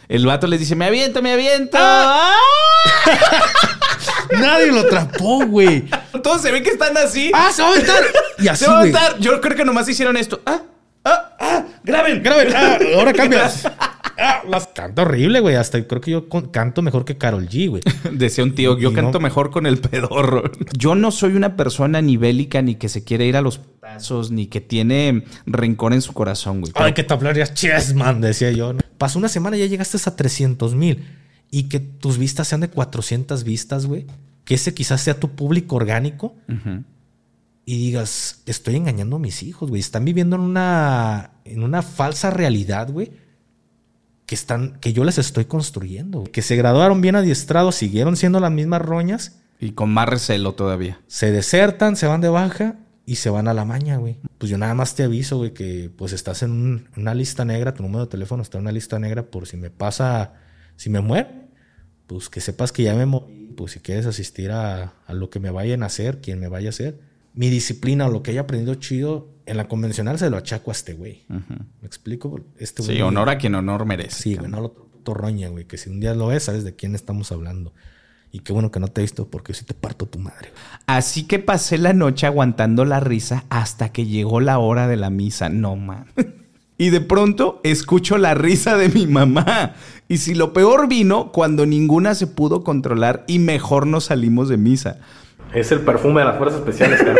El vato les dice, me aviento. ¡Ah! Nadie lo atrapó, güey. Todos se ven que están así. Se va a aventar. Y así, se va a aventar. Yo creo que nomás hicieron esto. Graben. Ahora cambias. Las canto horrible, güey. Hasta creo que yo canto mejor que Karol G, güey. Decía un tío, yo canto mejor con el pedorro. Yo no soy una persona ni bélica, ni que se quiere ir a los putazos, ni que tiene rencor en su corazón, güey. Ay, que te hablarías chessman, decía yo. Pasó una semana y ya llegaste a 300,000. Y que tus vistas sean de 400 vistas, güey. Que ese quizás sea tu público orgánico. Uh-huh. Y digas, estoy engañando a mis hijos, güey. Están viviendo en una falsa realidad, güey. Que yo les estoy construyendo. Que se graduaron bien adiestrados, siguieron siendo las mismas roñas. Y con más recelo todavía. Se desertan, se van de baja y se van a la maña, güey. Pues yo nada más te aviso, güey, que pues estás en una lista negra. Tu número de teléfono está en una lista negra por si me pasa, si me muero. Pues que sepas que ya me morí. Pues si quieres asistir a lo que me vayan a hacer, quien me vaya a hacer. Mi disciplina o lo que haya aprendido chido, en la convencional se lo achaco a este güey. Uh-huh. ¿Me explico? Sí, honor a quien honor merece. Sí, güey, no lo torroña, güey. Que si un día lo ves, sabes de quién estamos hablando. Y qué bueno que no te he visto porque si te parto tu madre. Así que pasé la noche aguantando la risa hasta que llegó la hora de la misa. No, man. Y de pronto escucho la risa de mi mamá. Y si lo peor vino cuando ninguna se pudo controlar y mejor nos salimos de misa. Es el perfume de las fuerzas especiales, cara.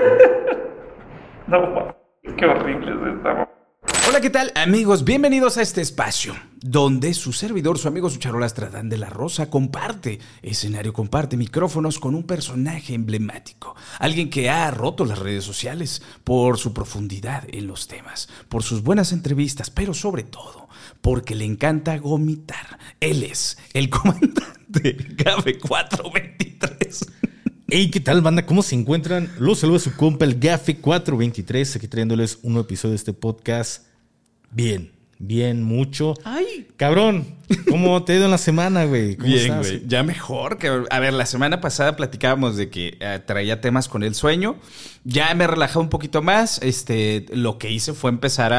No, qué horrible es esta. Hola, ¿qué tal, amigos? Bienvenidos a este espacio donde su servidor, su amigo Sucharolas Tratán de la Rosa comparte escenario, comparte micrófonos con un personaje emblemático. Alguien que ha roto las redes sociales por su profundidad en los temas, por sus buenas entrevistas, pero sobre todo porque le encanta gomitar. Él es el comandante Gafe 423. Hey, ¿qué tal, banda? ¿Cómo se encuentran? Los saluda su compa, el Gafe 423, aquí trayéndoles un nuevo episodio de este podcast. Bien, mucho. ¡Ay! Cabrón, ¿cómo te ha ido en la semana, güey? ¿Cómo Bien, estás? Güey. Ya mejor. A ver, la semana pasada platicábamos de que traía temas con el sueño. Ya me he relajado un poquito más. Lo que hice fue empezar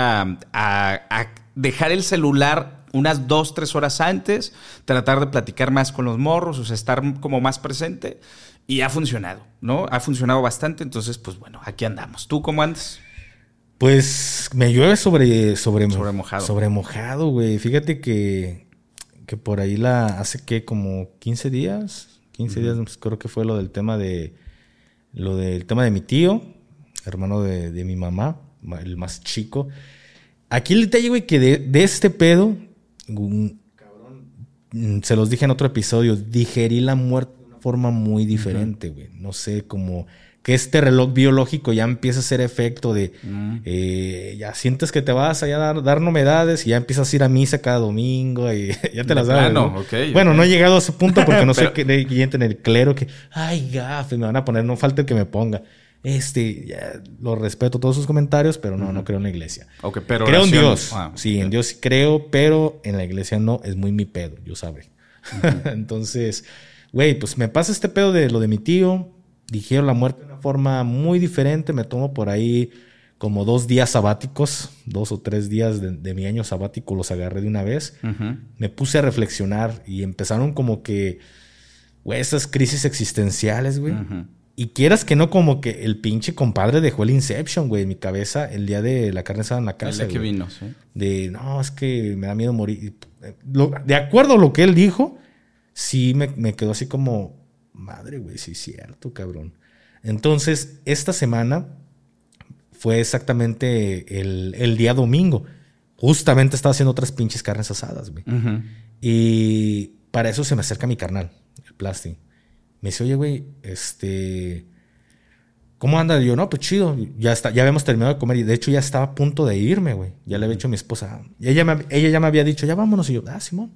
a dejar el celular unas 2-3 horas antes, tratar de platicar más con los morros, o sea, estar como más presente. Y ha funcionado, ¿no? Ha funcionado bastante. Entonces, pues bueno, aquí andamos. ¿Tú cómo andas? Pues me llueve sobre mojado. Sobre mojado, güey. Fíjate que por ahí hace que como 15 días. 15 días pues, creo que fue lo del tema de mi tío, hermano de mi mamá, el más chico. Aquí el detalle, güey, que de este pedo, cabrón, se los dije en otro episodio, digerí la muerte de una forma muy diferente, güey. No sé, como que este reloj biológico ya empieza a hacer efecto de ya sientes que te vas allá a dar novedades y ya empiezas a ir a misa cada domingo y ya te las das, ¿no? Okay, bueno, no he llegado a ese punto porque no sé qué gente en el clero que ay, Gafe, me van a poner, no falta el que me ponga. Ya, lo respeto todos sus comentarios, pero no creo en la iglesia. Okay, pero creo oración, en Dios. Sí, okay. En Dios creo, pero en la iglesia no, es muy mi pedo, yo sabré. Entonces, güey, pues me pasa este pedo de lo de mi tío. Dijeron la muerte de una forma muy diferente. Me tomo por ahí como 2 días sabáticos, 2 o 3 días de mi año sabático, los agarré de una vez. Uh-huh. Me puse a reflexionar y empezaron como que, güey, esas crisis existenciales, güey. Uh-huh. Y quieras que no, como que el pinche compadre dejó el Inception, güey, en mi cabeza el día de la carne asada en la casa. El día que vino, sí. No, es que me da miedo morir. De acuerdo a lo que él dijo, sí me quedó así como, madre, güey, sí es cierto, cabrón. Entonces, esta semana fue exactamente el día domingo. Justamente estaba haciendo otras pinches carnes asadas, güey. Uh-huh. Y para eso se me acerca mi carnal, el Plasti. Me dice, oye, güey, ¿cómo anda? Y yo, no, pues chido. Ya habíamos terminado de comer y de hecho ya estaba a punto de irme, güey. Ya le había dicho a mi esposa. Y ella ya me había dicho, ya vámonos. Y yo, Simón.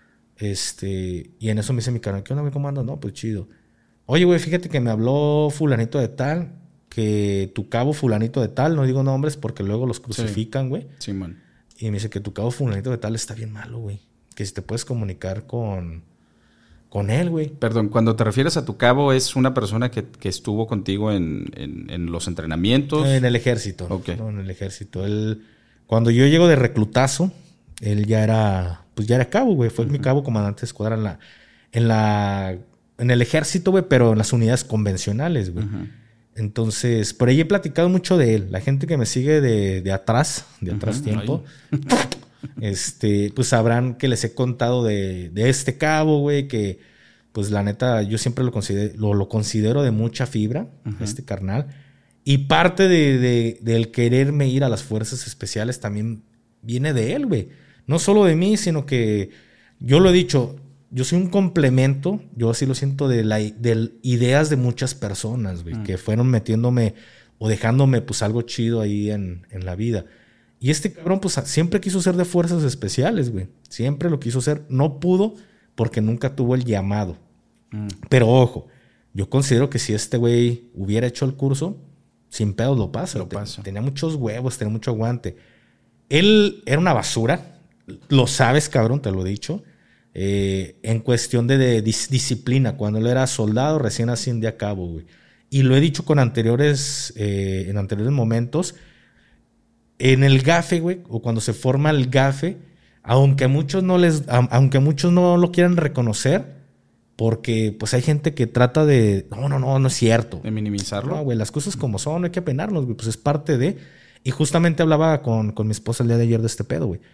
Y en eso me dice mi carnal, ¿qué onda, güey? ¿Cómo andas? No, pues chido. Oye, güey, fíjate que me habló fulanito de tal, que tu cabo fulanito de tal, no digo nombres porque luego los crucifican, güey. Sí, man. Y me dice que tu cabo fulanito de tal está bien malo, güey. Que si te puedes comunicar con él, güey. Perdón, cuando te refieres a tu cabo, ¿es una persona que estuvo contigo en los entrenamientos? En el ejército. Okay. No, en el ejército. Él, cuando yo llego de reclutazo, él ya era pues ya era cabo, güey. Fue mi cabo comandante de escuadra en el ejército, güey, pero en las unidades convencionales, güey. Entonces, por ahí he platicado mucho de él. La gente que me sigue de atrás tiempo, pues sabrán que les he contado de este cabo, güey, que pues la neta yo siempre lo considero de mucha fibra, este carnal. Y parte del quererme ir a las fuerzas especiales también viene de él, güey. No solo de mí, sino que yo lo he dicho, yo soy un complemento, yo así lo siento, de ideas de muchas personas, güey, que fueron metiéndome o dejándome pues algo chido ahí en la vida. Y este cabrón pues siempre quiso ser de fuerzas especiales, güey. Siempre lo quiso ser. No pudo porque nunca tuvo el llamado. Pero ojo, yo considero que si este güey hubiera hecho el curso, sin pedos lo pasa. Tenía muchos huevos, tenía mucho aguante. Él era una basura. Lo sabes, cabrón, te lo he dicho. En cuestión de disciplina. Cuando él era soldado, recién ascendió a cabo, güey. Y lo he dicho en anteriores momentos. En el GAFE, güey, o cuando se forma el GAFE, aunque muchos no lo quieran reconocer, porque pues hay gente que trata de... No es cierto. De minimizarlo. No, güey, las cosas como son, no hay que apenarnos, güey. Pues es parte de... Y justamente hablaba con mi esposa el día de ayer de este pedo, güey.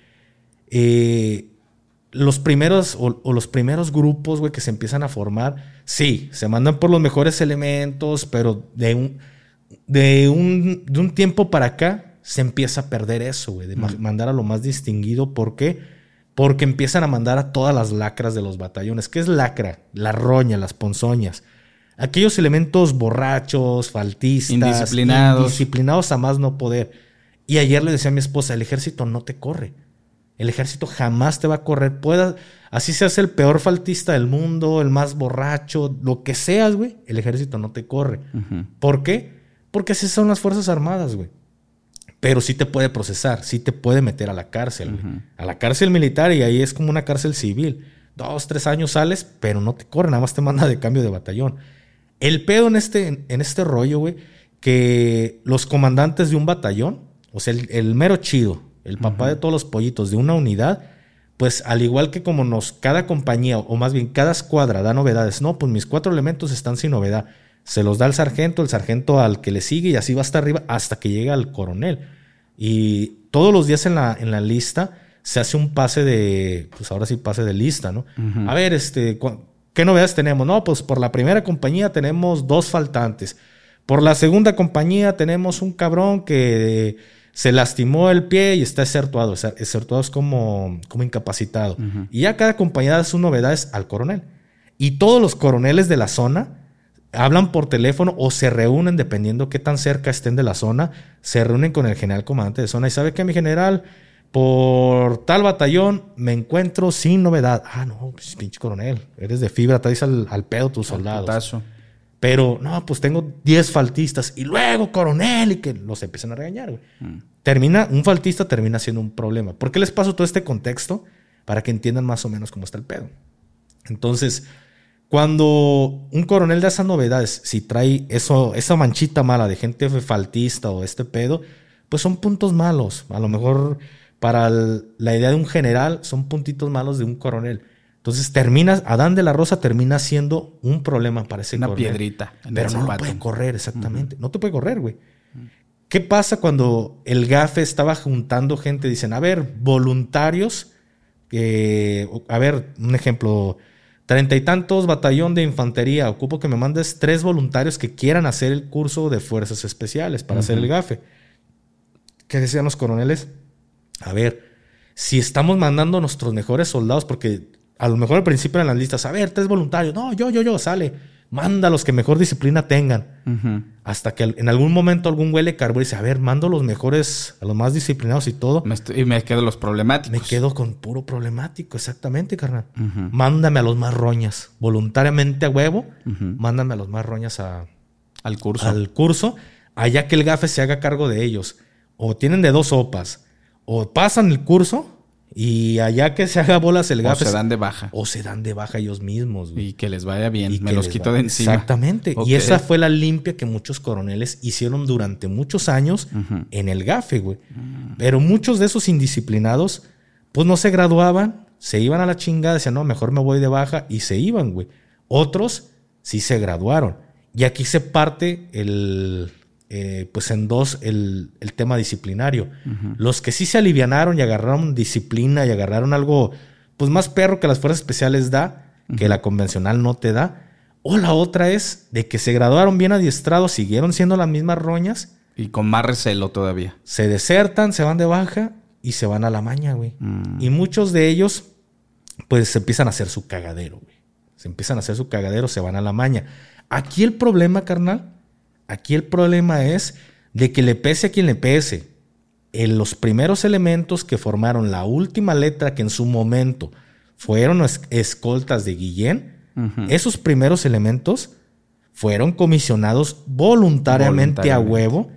Los primeros grupos, güey, que se empiezan a formar, sí, se mandan por los mejores elementos, pero de un tiempo para acá se empieza a perder eso, güey, de mandar a lo más distinguido. ¿Por qué? Porque empiezan a mandar a todas las lacras de los batallones. ¿Qué es lacra? La roña, las ponzoñas. Aquellos elementos borrachos, faltistas, indisciplinados a más no poder. Y ayer le decía a mi esposa, el ejército no te corre. El ejército jamás te va a correr. Así seas el peor faltista del mundo, el más borracho, lo que seas, güey, el ejército no te corre. ¿Por qué? Porque así son las Fuerzas Armadas, güey. Pero sí te puede procesar, sí te puede meter a la cárcel, güey. A la cárcel militar, y ahí es como una cárcel civil. 2, 3 años sales, pero no te corre, nada más te manda de cambio de batallón. El pedo en este rollo, güey, que los comandantes de un batallón, o sea, el mero chido, el papá de todos los pollitos de una unidad, pues al igual que como cada compañía, o más bien cada escuadra da novedades. No, pues mis 4 elementos están sin novedad. Se los da el sargento al que le sigue, y así va hasta arriba hasta que llega al coronel. Y todos los días en la lista se hace un pase de, pues ahora sí pase de lista, ¿no? A ver, ¿qué novedades tenemos? No, pues por la primera compañía tenemos 2 faltantes. Por la segunda compañía tenemos un cabrón que se lastimó el pie y está exertuado. Exertuado es como incapacitado. Y ya cada compañía da sus novedades al coronel. Y todos los coroneles de la zona hablan por teléfono o se reúnen, dependiendo qué tan cerca estén de la zona, se reúnen con el general comandante de zona. ¿Y sabe qué, mi general? Por tal batallón me encuentro sin novedad. No, pues, pinche coronel, eres de fibra, traes al pedo tus soldados. Putazo. Pero, no, pues tengo 10 faltistas. Y luego, coronel, y que los empiezan a regañar, güey. Un faltista termina siendo un problema. ¿Por qué les paso todo este contexto? Para que entiendan más o menos cómo está el pedo. Entonces, cuando un coronel da esas novedades, si trae esa manchita mala de gente faltista o este pedo, pues son puntos malos. A lo mejor para la idea de un general son puntitos malos de un coronel. Entonces Adán de la Rosa termina siendo un problema para ese coronel. Una piedrita. Pero no lo puede correr, exactamente. No te puede correr, güey. ¿Qué pasa cuando el GAFE estaba juntando gente? Dicen, a ver, voluntarios. A ver, un ejemplo... 30 y tantos batallón de infantería. Ocupo que me mandes 3 voluntarios que quieran hacer el curso de fuerzas especiales para hacer el GAFE. ¿Qué decían los coroneles? A ver, si estamos mandando a nuestros mejores soldados, porque a lo mejor al principio eran las listas, a ver, 3 voluntarios. No, yo, sale. Manda a los que mejor disciplina tengan. Hasta que en algún momento algún güey le cargó y dice, a ver, mando a los mejores, a los más disciplinados y todo. Y me quedo los problemáticos. Me quedo con puro problemático, exactamente, carnal. Mándame a los más roñas. Voluntariamente a huevo, mándame a los más roñas al curso. Allá que el GAFE se haga cargo de ellos. O tienen de 2 sopas. O pasan el curso... Y allá que se haga bolas el GAFE. O se dan de baja. O se dan de baja ellos mismos, güey. Y que les vaya bien. Me los quito de encima. Exactamente. Okay. Y esa fue la limpia que muchos coroneles hicieron durante muchos años en el GAFE, güey. Pero muchos de esos indisciplinados, pues no se graduaban se iban a la chingada, decían, no, mejor me voy de baja, y se iban, güey. Otros sí se graduaron. Y aquí se parte pues en dos el tema disciplinario. Los que sí se alivianaron y agarraron disciplina y agarraron algo pues más perro que las fuerzas especiales da, que la convencional no te da. O la otra es de que se graduaron bien adiestrados, siguieron siendo las mismas roñas. Y con más recelo todavía. Se desertan, se van de baja y se van a la maña, güey. Y muchos de ellos pues se empiezan a hacer su cagadero, güey. Se empiezan a hacer su cagadero, se van a la maña. Aquí el problema, carnal, aquí el problema es de que le pese a quien le pese. Los primeros elementos que formaron la última letra que en su momento fueron escoltas de Guillén, esos primeros elementos fueron comisionados voluntariamente a huevo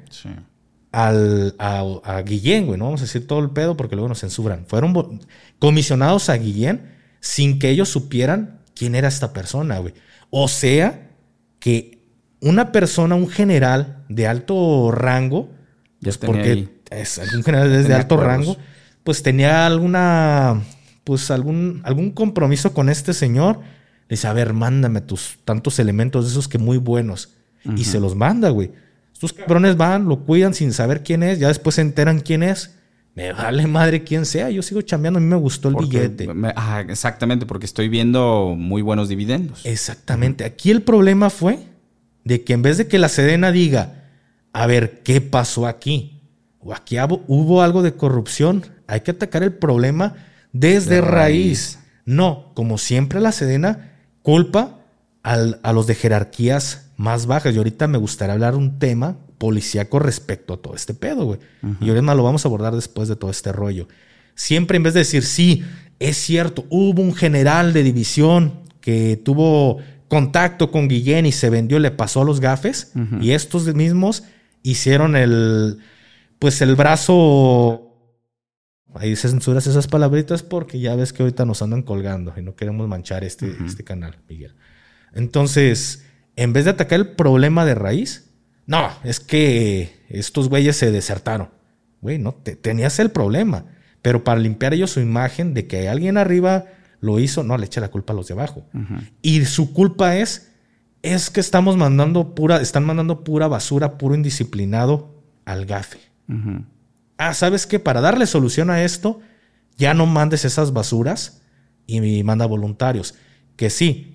a Guillén, güey. No vamos a decir todo el pedo porque luego nos censuran. Fueron comisionados a Guillén sin que ellos supieran quién era esta persona, güey. O sea, que una persona, un general de alto rango, pues porque es un general de alto rango, pues tenía algún compromiso con este señor. Le dice, a ver, mándame tus tantos elementos de esos que muy buenos. Y se los manda, güey. Estos cabrones van, lo cuidan sin saber quién es. Ya después se enteran quién es. Me vale madre quién sea. Yo sigo chambeando. A mí me gustó el billete. Exactamente, porque estoy viendo muy buenos dividendos. Exactamente. Aquí el problema fue de que en vez de que la Sedena diga, a ver, ¿qué pasó aquí? O aquí hubo algo de corrupción. Hay que atacar el problema desde raíz. No, como siempre la Sedena culpa a los de jerarquías más bajas. Y ahorita me gustaría hablar un tema policíaco respecto a todo este pedo, güey. Y ahorita lo vamos a abordar después de todo este rollo. Siempre en vez de decir, sí, es cierto, hubo un general de división que tuvo contacto con Guillén y se vendió, le pasó a los gafes. Y estos mismos hicieron el brazo... Ahí se censuras esas palabritas porque ya ves que ahorita nos andan colgando y no queremos manchar este canal, Miguel. Entonces, en vez de atacar el problema de raíz, no, es que estos güeyes se desertaron. Güey, no, tenías el problema. Pero para limpiar ellos su imagen de que alguien arriba lo hizo, no, le echa la culpa a los de abajo. Y su culpa es que están mandando pura basura, puro indisciplinado al gafe. ¿Sabes qué? Para darle solución a esto, ya no mandes esas basuras y manda voluntarios. Que sí,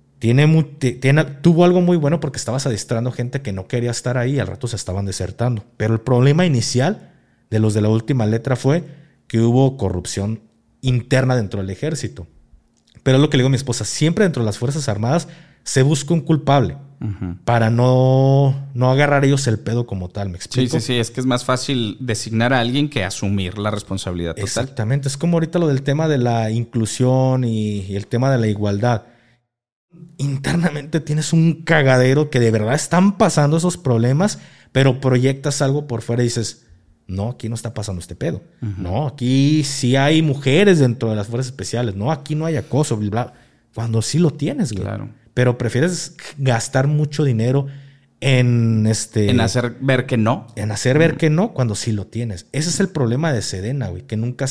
tuvo algo muy bueno porque estabas adiestrando gente que no quería estar ahí y al rato se estaban desertando. Pero el problema inicial de los de la última letra fue que hubo corrupción interna dentro del ejército. Pero es lo que le digo a mi esposa, siempre dentro de las Fuerzas Armadas se busca un culpable. Para no agarrar ellos el pedo como tal, ¿me explico? Sí, es que es más fácil designar a alguien que asumir la responsabilidad total. Exactamente, es como ahorita lo del tema de la inclusión y el tema de la igualdad. Internamente tienes un cagadero que de verdad están pasando esos problemas, pero proyectas algo por fuera y dices, no, aquí no está pasando este pedo. No, aquí sí hay mujeres dentro de las fuerzas especiales. No, aquí no hay acoso, bla, bla. Cuando sí lo tienes, güey. Claro. Pero prefieres gastar mucho dinero en hacer ver que no. En hacer ver que no cuando sí lo tienes. Ese es el problema de Sedena, güey, que nunca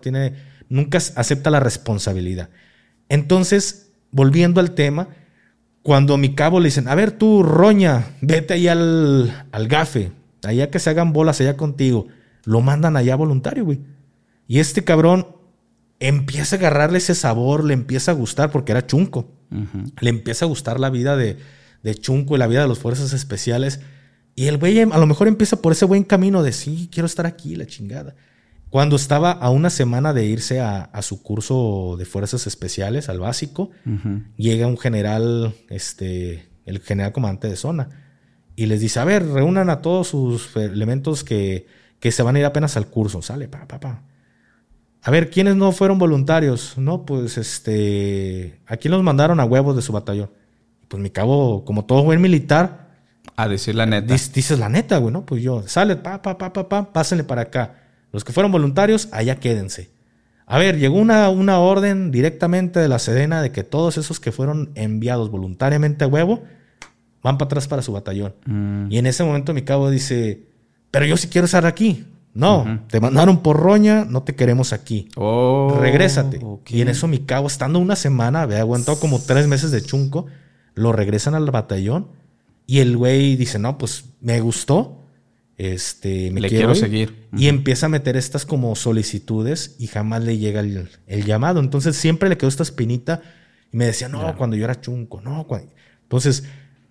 acepta la responsabilidad. Entonces, volviendo al tema, cuando a mi cabo le dicen, a ver tú, roña, vete allá al gafe, allá que se hagan bolas allá contigo, lo mandan allá voluntario, güey. Y este cabrón empieza a agarrarle ese sabor, le empieza a gustar porque era chunco. Le empieza a gustar la vida de chunco y la vida de las fuerzas especiales. Y el güey a lo mejor empieza por ese buen camino de sí, quiero estar aquí, la chingada. Cuando estaba a una semana de irse a su curso de fuerzas especiales, al básico, llega un general, el general comandante de zona, y les dice, a ver, reúnan a todos sus elementos que se van a ir apenas al curso. Sale, pa. A ver, ¿quiénes no fueron voluntarios? No, pues, aquí los mandaron a huevos de su batallón. Pues mi cabo, como todo buen militar... A decir la neta. Dices la neta, güey, ¿no? Pues yo, sale, pásenle para acá. Los que fueron voluntarios, allá quédense. A ver, llegó una orden directamente de la Sedena de que todos esos que fueron enviados voluntariamente a huevo van para atrás para su batallón. Y en ese momento mi cabo dice, pero yo sí quiero estar aquí. No, te mandaron por roña, no te queremos aquí. Oh, Regrésate. ok. Y en eso mi cabo, estando una semana, había aguantado como 3 meses de chunco, lo regresan al batallón y el güey dice, no, pues me gustó, me Le quiero quiero ir. seguir. Y empieza a meter estas como solicitudes y jamás le llega el llamado. Entonces siempre le quedó esta espinita y me decía, no, cuando yo era chunco, no. Entonces,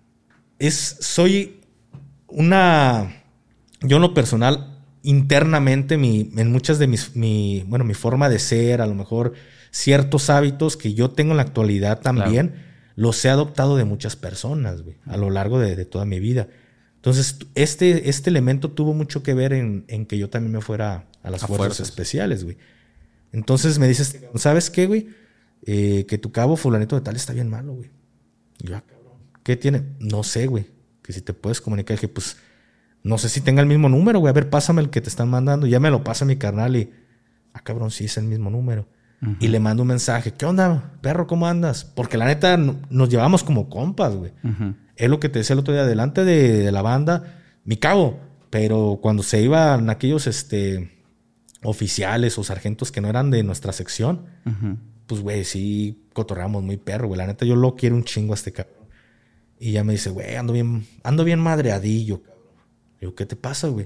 soy yo en lo personal, internamente, en muchas de mi forma de ser, a lo mejor ciertos hábitos que yo tengo en la actualidad también, los he adoptado de muchas personas, güey, a lo largo de toda mi vida. Entonces, este elemento tuvo mucho que ver en que yo también me fuera a las fuerzas especiales, güey. Entonces me dices, ¿sabes qué, güey? Que tu cabo fulanito de tal está bien malo, güey. Y yo, cabrón, ¿qué tiene? No sé, güey. Que si te puedes comunicar, que pues, no sé si tenga el mismo número, güey. A ver, pásame el que te están mandando. Ya me lo pasa mi carnal y, cabrón, sí es el mismo número. Y le mando un mensaje. ¿Qué onda, perro? ¿Cómo andas? Porque la neta nos llevamos como compas, güey. Es lo que te decía el otro día, delante de la banda, mi cabo. Pero cuando se iban aquellos oficiales o sargentos que no eran de nuestra sección, pues, güey, sí cotorramos muy perro, güey. La neta, yo lo quiero un chingo a este cabrón. Y ya me dice, güey, ando bien madreadillo, cabrón. Digo, ¿qué te pasa, güey?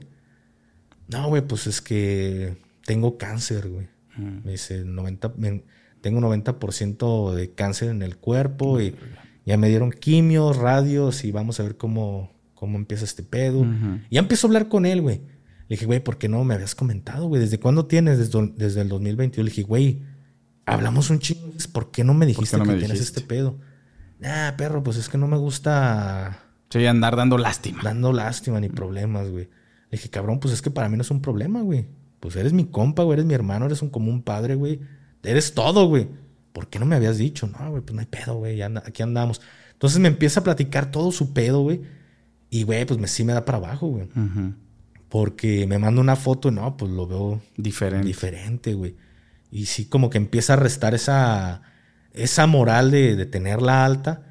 No, güey, pues es que tengo cáncer, güey. Me dice, tengo 90% de cáncer en el cuerpo y ya me dieron quimios, radios y vamos a ver cómo empieza este pedo. Y ya empiezo a hablar con él, güey. Le dije, güey, ¿por qué no me habías comentado, güey? ¿Desde cuándo tienes? Desde el 2021. Le dije, güey, hablamos un chingo. ¿Por qué no me dijiste que tienes este pedo? Nah, perro, pues es que no me gusta... Sí, andar dando lástima. Dando lástima ni problemas, güey. Le dije, cabrón, pues es que para mí no es un problema, güey. Pues eres mi compa, güey, eres mi hermano, eres como un padre, güey. Eres todo, güey. ¿Por qué no me habías dicho? No, güey, pues no hay pedo, güey, aquí andamos. Entonces me empieza a platicar todo su pedo, güey. Y, güey, pues sí me da para abajo, güey. Porque me manda una foto y no, pues lo veo diferente, güey. Y sí como que empieza a restar esa moral de tenerla alta.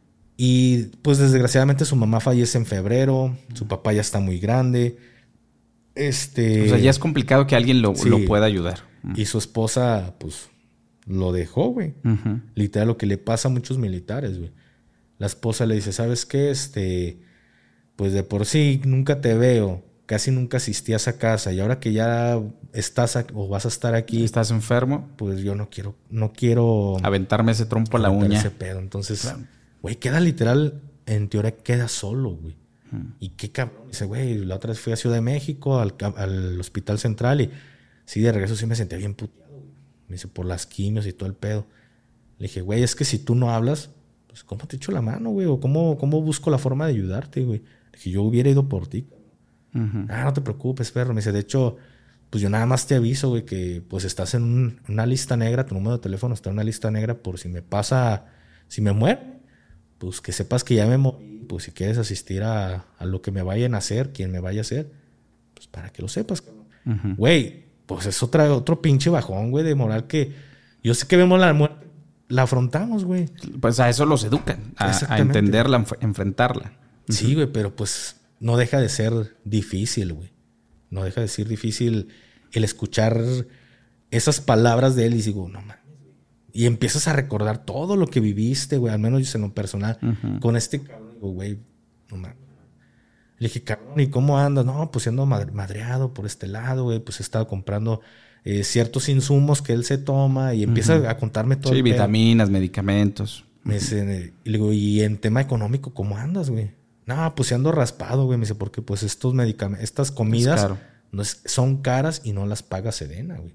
Y pues desgraciadamente su mamá fallece en febrero. Su papá ya está muy grande. O sea, ya es complicado que alguien lo pueda ayudar. Y su esposa, pues, lo dejó, güey. Literal, lo que le pasa a muchos militares, güey. La esposa le dice, ¿sabes qué? Pues de por sí nunca te veo. Casi nunca asistí a esa casa. Y ahora que ya estás o vas a estar aquí... ¿Estás enfermo? Pues yo no quiero... Aventarme ese trompo a la uña. Ese pedo. Entonces, güey, queda literal... En teoría queda solo, güey. Y qué cabrón. Dice, güey, la otra vez fui a Ciudad de México, al Hospital Central, y sí, de regreso sí me sentía bien puteado, güey. Me dice, por las quimios y todo el pedo. Le dije, güey, es que si tú no hablas, pues ¿cómo te echo la mano, güey? O ¿cómo busco la forma de ayudarte, güey? Le dije, yo hubiera ido por ti. No te preocupes, perro. Me dice, de hecho, pues yo nada más te aviso, güey, que pues estás en una lista negra, tu número de teléfono está en una lista negra por si me pasa, si me muero, pues que sepas que ya me morí. Pues si quieres asistir a lo que me vayan a hacer, quien me vaya a hacer, pues para que lo sepas, cabrón. Güey, pues es otro pinche bajón, güey, de moral que yo sé que vemos la muerte, la afrontamos, güey. Pues a eso los educan, a entenderla, enfrentarla. Sí, güey, pero pues no deja de ser difícil, güey. No deja de ser difícil el escuchar esas palabras de él y digo, no mames, güey. Y empiezas a recordar todo lo que viviste, güey, al menos yo en lo personal, con este cabrón. Güey, no mames. Le dije, cabrón, ¿y cómo andas? No, pues siendo madreado por este lado, güey. Pues he estado comprando ciertos insumos que él se toma y empieza a contarme todo. Sí, vitaminas, medicamentos. Me dice, y le digo, ¿y en tema económico cómo andas, güey? No, pues ando raspado, güey. Me dice, porque pues estos medicamentos, estas comidas son caras y no las paga Sedena, güey.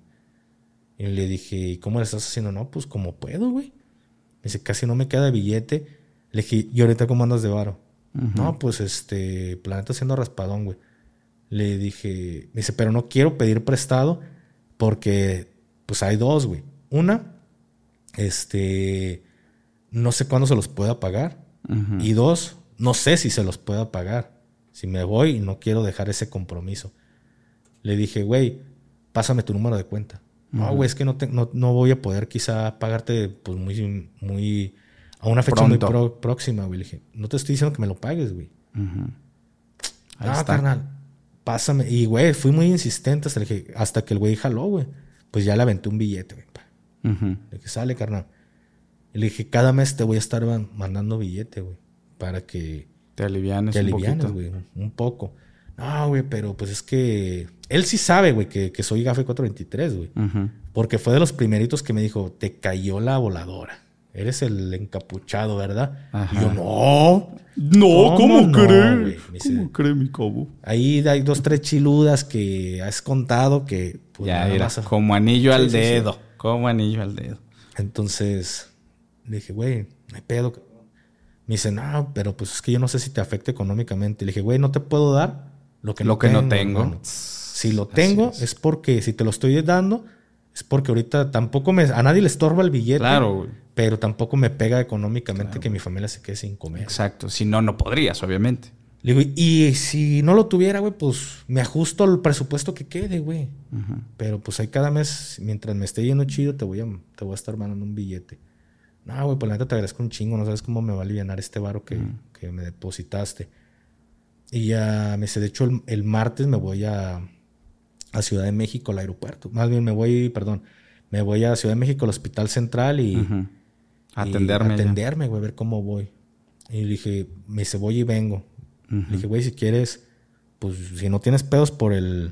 Y le dije, ¿y cómo le estás haciendo? No, pues como puedo, güey. Me dice, casi no me queda billete. Le dije, ¿y ahorita cómo andas de varo? No, pues planeta haciendo raspadón, güey. Le dije, me dice, pero no quiero pedir prestado porque pues hay dos, güey. Una, no sé cuándo se los pueda pagar. Y dos, no sé si se los pueda pagar. Si me voy y no quiero dejar ese compromiso. Le dije, güey, pásame tu número de cuenta. No, güey, es que no voy a poder quizá pagarte pues muy a una fecha muy próxima, güey. Le dije, no te estoy diciendo que me lo pagues, güey. Ahí está. Carnal, pásame. Y, güey, fui muy insistente hasta que el güey jaló, güey. Pues ya le aventé un billete, güey. Le dije, sale, carnal. Y le dije, cada mes te voy a estar mandando billete, güey. Para que te alivianes güey, un poco. No, güey, pero pues es que... Él sí sabe, güey, que soy Gafe 423, güey. Porque fue de los primeritos que me dijo, te cayó la voladora. Eres el encapuchado, ¿verdad? Ajá. Y yo, no, ¿cómo cree? ¿Cómo cree, mi cabo? Ahí hay 2, 3 chiludas que has contado que... Pues, ya era como anillo al dedo. Sí. Como anillo al dedo. Entonces, le dije, güey, no hay pedo. Me dice, no, pero pues es que yo no sé si te afecta económicamente. Le dije, güey, no te puedo dar lo que no tengo. Hermano. Si lo tengo es porque, si te lo estoy dando, es porque ahorita tampoco a nadie le estorba el billete. Claro, güey. Pero tampoco me pega económicamente que mi familia se quede sin comer. Exacto. Si no, no podrías, obviamente. Le digo, y si no lo tuviera, güey, pues me ajusto al presupuesto que quede, güey. Pero pues ahí cada mes, mientras me esté yendo chido, te voy a estar mandando un billete. No, güey, pues la neta te agradezco un chingo. No sabes cómo me va a alivianar este varo que me depositaste. Y ya me dice, de hecho, el martes me voy a Ciudad de México, al aeropuerto. Más bien me voy a Ciudad de México, al Hospital Central y... Atenderme, güey, a ver cómo voy. Y le dije, me dice, voy y vengo. Le dije, güey, si quieres, pues si no tienes pedos por el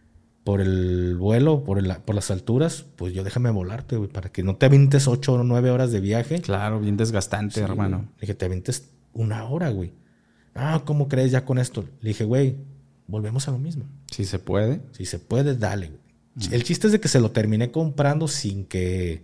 vuelo, por las alturas, pues yo déjame volarte, güey, para que no te avientes 8 o 9 horas de viaje. Claro, bien desgastante, sí, hermano. Le dije, te avientes 1 hora, güey. Ah, ¿cómo crees ya con esto? Le dije, güey, volvemos a lo mismo. Si se puede. Si se puede, dale, güey. El chiste es de que se lo terminé comprando sin que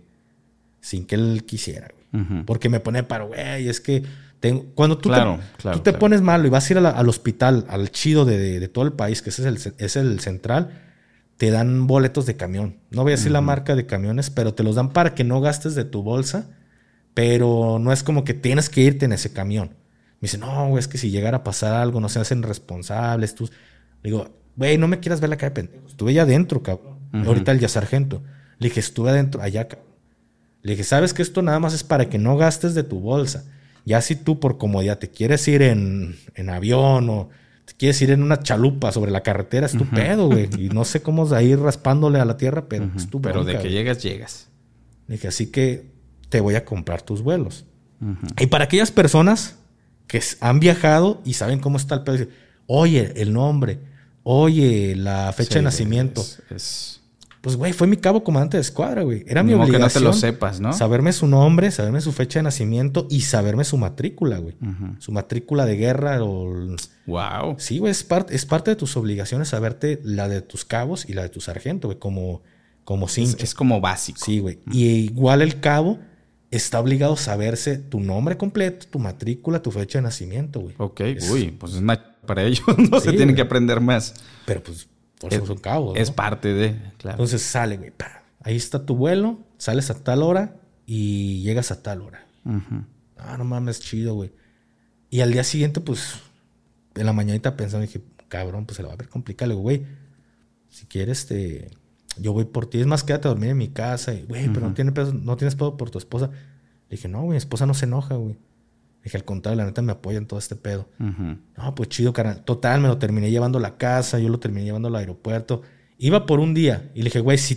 él quisiera, güey. Porque me pone paro, güey, es que cuando tú te pones malo y vas a ir al hospital, al chido de todo el país, que ese es el central, te dan boletos de camión. No voy a decir la marca de camiones, pero te los dan para que no gastes de tu bolsa, pero no es como que tienes que irte en ese camión. Me dice, no, güey, es que si llegara a pasar algo, no se hacen responsables. Le digo, güey, no me quieras ver la cara de pendejo. Estuve allá adentro, cabrón. Ahorita el ya sargento. Le dije, estuve adentro, allá, cabrón. Le dije, ¿sabes que esto nada más es para que no gastes de tu bolsa? Ya si tú por comodidad te quieres ir en avión o te quieres ir en una chalupa sobre la carretera, es tu pedo, güey. Y no sé cómo es ahí raspándole a la tierra, pero es tu bronca. Pero de que llegas, llegas. Le dije, así que te voy a comprar tus vuelos. Y para aquellas personas que han viajado y saben cómo está el pedo, dicen, oye, el nombre, oye, la fecha de nacimiento. Pues, güey, fue mi cabo comandante de escuadra, güey. Era mi obligación. Que no te lo sepas, ¿no? Saberme su nombre, saberme su fecha de nacimiento y saberme su matrícula, güey. Su matrícula de guerra o... Wow. Sí, güey, es parte de tus obligaciones saberte la de tus cabos y la de tu sargento, güey, como cincho. Es como básico. Sí, güey. Y igual el cabo está obligado a saberse tu nombre completo, tu matrícula, tu fecha de nacimiento, güey. Ok. Pues es más para ellos. No se tienen que aprender más. Pero pues... Por eso son cabos, ¿no? Es parte de... Claro. Entonces sale, güey. Ahí está tu vuelo. Sales a tal hora y llegas a tal hora. No mames, chido, güey. Y al día siguiente, pues... En la mañanita pensando, dije... Cabrón, pues se la va a ver complicado. Le digo, güey... Si quieres, yo voy por ti. Es más, quédate a dormir en mi casa. Y, güey, pero no tienes pedo por tu esposa. Le dije, no, güey. Mi esposa no se enoja, güey. Dije, al contrario, la neta me apoya en todo este pedo. No, pues chido, carnal. Total, me lo terminé llevando a la casa. Yo lo terminé llevando al aeropuerto. Iba por un día. Y le dije, güey, si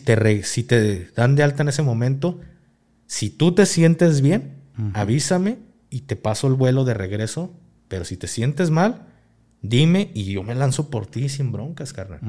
te dan de alta en ese momento, si tú te sientes bien, avísame y te paso el vuelo de regreso. Pero si te sientes mal, dime y yo me lanzo por ti sin broncas, carnal.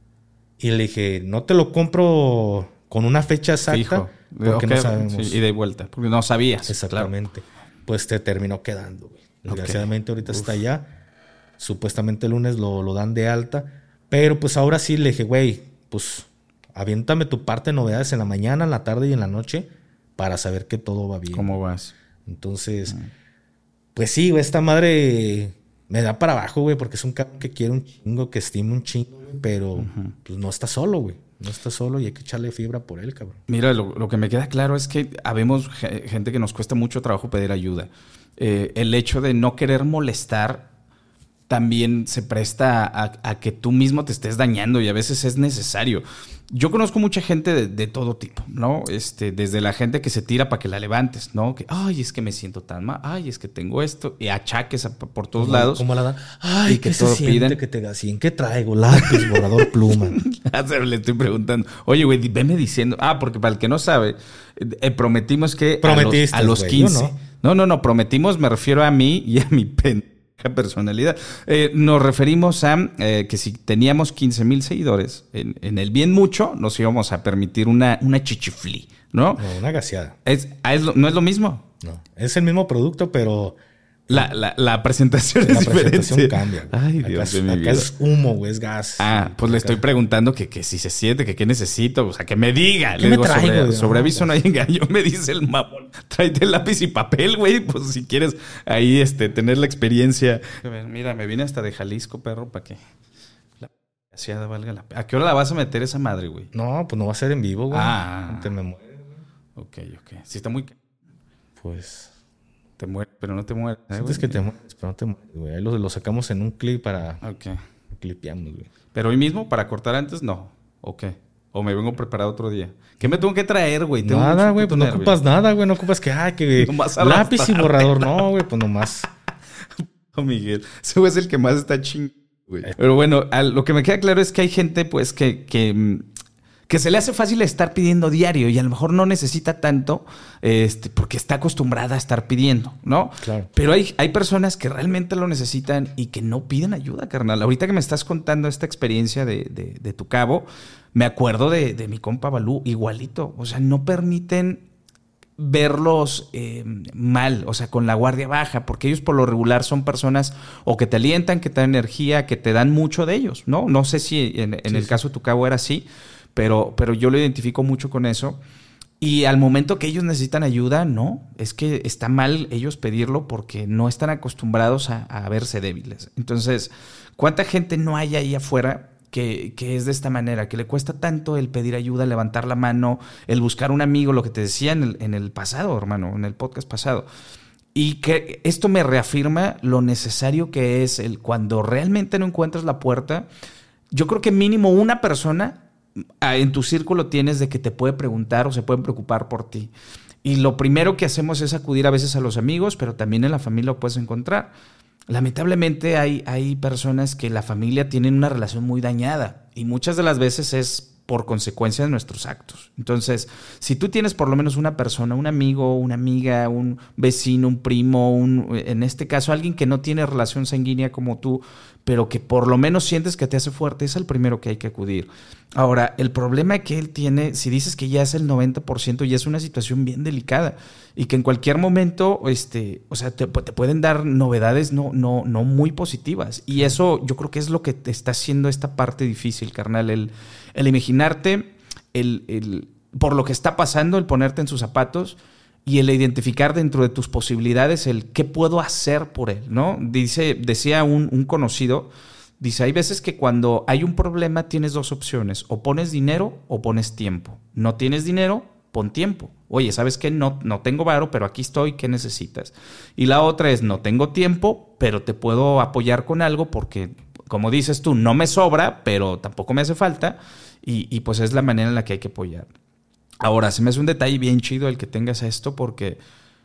Y le dije, no te lo compro con una fecha exacta. Fijo. Porque no sabemos. Sí, y de vuelta. Porque no sabías. Exactamente. Claro. Pues te terminó quedando, güey. Desgraciadamente ahorita está allá. Supuestamente el lunes lo dan de alta. Pero pues ahora sí le dije, güey, pues aviéntame tu parte de novedades en la mañana, en la tarde y en la noche para saber que todo va bien. ¿Cómo vas? Entonces, pues sí, güey, esta madre me da para abajo, güey, porque es un cabrón que quiere un chingo, que estima un chingo, pero pues no está solo, güey. No está solo y hay que echarle fibra por él, cabrón. Mira, lo que me queda claro es que habemos gente que nos cuesta mucho trabajo pedir ayuda. El hecho de no querer molestar también se presta a que tú mismo te estés dañando y a veces es necesario. Yo conozco mucha gente de todo tipo, ¿no? Desde la gente que se tira para que la levantes, ¿no? Que, ay, es que me siento tan mal, ay, es que tengo esto, y achaques por todos lados. ¿Cómo la dan? Ay, y que ¿qué se todo siente piden. que te así? ¿En qué traigo? Lápiz, borrador, pluma. Le estoy preguntando. Oye, güey, veme diciendo. Porque para el que no sabe, prometimos que a los güey, 15. No, prometimos, me refiero a mí y a mi pendeja personalidad. Nos referimos a que si teníamos 15,000 seguidores, en el bien mucho, nos íbamos a permitir una chichiflí, ¿no? No, una gaseada. ¿No es lo mismo? No, es el mismo producto, pero... La presentación es diferente. La presentación cambia. Güey. Ay, Dios de mi vida. Acá es humo, güey, es gas. Pues le estoy preguntando que si se siente, que qué necesito, o sea, que me diga. ¿Qué Le digo, me traigo? sobre aviso no hay engaño, me dice el mamón. Tráete lápiz y papel, güey, pues si quieres ahí tener la experiencia. A ver, mira, me vine hasta de Jalisco, perro, para que la gaseada valga la pena. ¿A qué hora la vas a meter esa madre, güey? No, pues no va a ser en vivo, güey. Te me mueres, güey. Ok. Si está muy... Pues... Te mueres, pero no te mueres. Sientes que te mueres, pero no te mueres, güey. Ahí lo sacamos en un clip para... Ok. Lo clipeamos, güey. Pero hoy mismo, para cortar antes, no. Ok. O me vengo preparado otro día. ¿Qué me tengo que traer, güey? Nada, güey. Pues no ocupas nada, güey. No ocupas que... lápiz y borrador. No, güey. Pues nomás... No, Miguel. Ese güey es el que más está chingando, güey. Pero bueno, lo que me queda claro es que hay gente, pues, que se le hace fácil estar pidiendo diario y a lo mejor no necesita tanto porque está acostumbrada a estar pidiendo, ¿no? Claro. Pero hay personas que realmente lo necesitan y que no piden ayuda, carnal. Ahorita que me estás contando esta experiencia de tu cabo, me acuerdo de mi compa Balú, igualito. O sea, no permiten verlos mal, o sea, con la guardia baja, porque ellos por lo regular son personas o que te alientan, que te dan energía, que te dan mucho de ellos, ¿no? No sé si en el caso de tu cabo era así, pero yo lo identifico mucho con eso. Y al momento que ellos necesitan ayuda, no, es que está mal ellos pedirlo porque no están acostumbrados a verse débiles. Entonces, ¿cuánta gente no hay ahí afuera que es de esta manera, que le cuesta tanto el pedir ayuda, levantar la mano, el buscar un amigo, lo que te decía en el pasado, hermano, en el podcast pasado? Y que esto me reafirma lo necesario que es cuando realmente no encuentras la puerta. Yo creo que mínimo una persona en tu círculo tienes de que te puede preguntar o se pueden preocupar por ti. Y lo primero que hacemos es acudir a veces a los amigos, pero también en la familia lo puedes encontrar. Lamentablemente hay personas que la familia tienen una relación muy dañada y muchas de las veces es por consecuencia de nuestros actos. Entonces, si tú tienes por lo menos una persona, un amigo, una amiga, un vecino, un primo, en este caso alguien que no tiene relación sanguínea como tú, pero que por lo menos sientes que te hace fuerte, es el primero que hay que acudir. Ahora, el problema que él tiene, si dices que ya es el 90%, ya es una situación bien delicada y que en cualquier momento, o sea, te pueden dar novedades no muy positivas. Y eso yo creo que es lo que te está haciendo esta parte difícil, carnal, el imaginarte, por lo que está pasando, el ponerte en sus zapatos y el identificar dentro de tus posibilidades el qué puedo hacer por él, ¿no? Decía un conocido, dice, hay veces que cuando hay un problema tienes dos opciones, o pones dinero o pones tiempo. No tienes dinero, pon tiempo. Oye, ¿sabes qué? No tengo varo, pero aquí estoy, ¿qué necesitas? Y la otra es, no tengo tiempo, pero te puedo apoyar con algo porque, como dices tú, no me sobra, pero tampoco me hace falta y pues es la manera en la que hay que apoyar. Ahora, se me hace un detalle bien chido el que tengas esto porque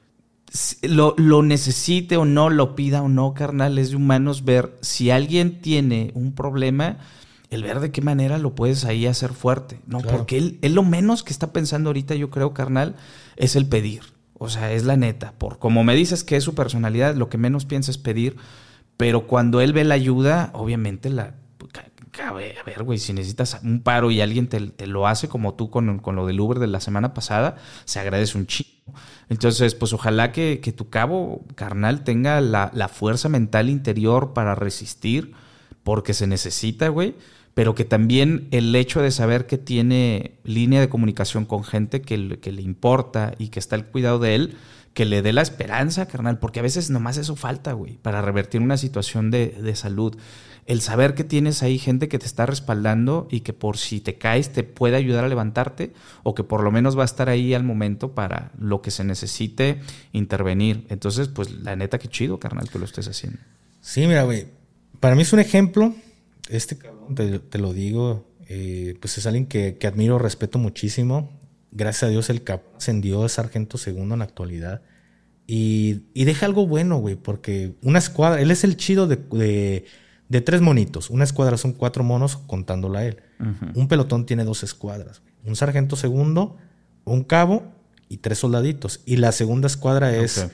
lo necesite o no, lo pida o no, carnal, es de humanos ver si alguien tiene un problema, el ver de qué manera lo puedes ahí hacer fuerte, ¿no? Claro. Porque él lo menos que está pensando ahorita, yo creo, carnal, es el pedir. O sea, es la neta. Como me dices que es su personalidad, lo que menos piensa es pedir, pero cuando él ve la ayuda, obviamente a ver, güey, si necesitas un paro y alguien te lo hace como tú con lo del Uber de la semana pasada, se agradece un chingo. Entonces, pues ojalá que tu cabo, carnal, tenga la fuerza mental interior para resistir, porque se necesita, güey, pero que también el hecho de saber que tiene línea de comunicación con gente que le importa y que está al cuidado de él, que le dé la esperanza, carnal, porque a veces nomás eso falta, güey, para revertir una situación de salud. El saber que tienes ahí gente que te está respaldando y que por si te caes te puede ayudar a levantarte o que por lo menos va a estar ahí al momento para lo que se necesite intervenir. Entonces, pues la neta, qué chido, carnal, que lo estés haciendo. Sí, mira, güey, para mí es un ejemplo. Este cabrón, te lo digo, pues es alguien que admiro, respeto muchísimo. Gracias a Dios el cabrón ascendió a sargento segundo en la actualidad. Y deja algo bueno, güey, porque una escuadra, él es el chido de 3 monitos. Una escuadra son 4 monos contándola a él. Un pelotón tiene 2 escuadras, güey. Un sargento segundo, un cabo y 3 soldaditos. Y la segunda escuadra es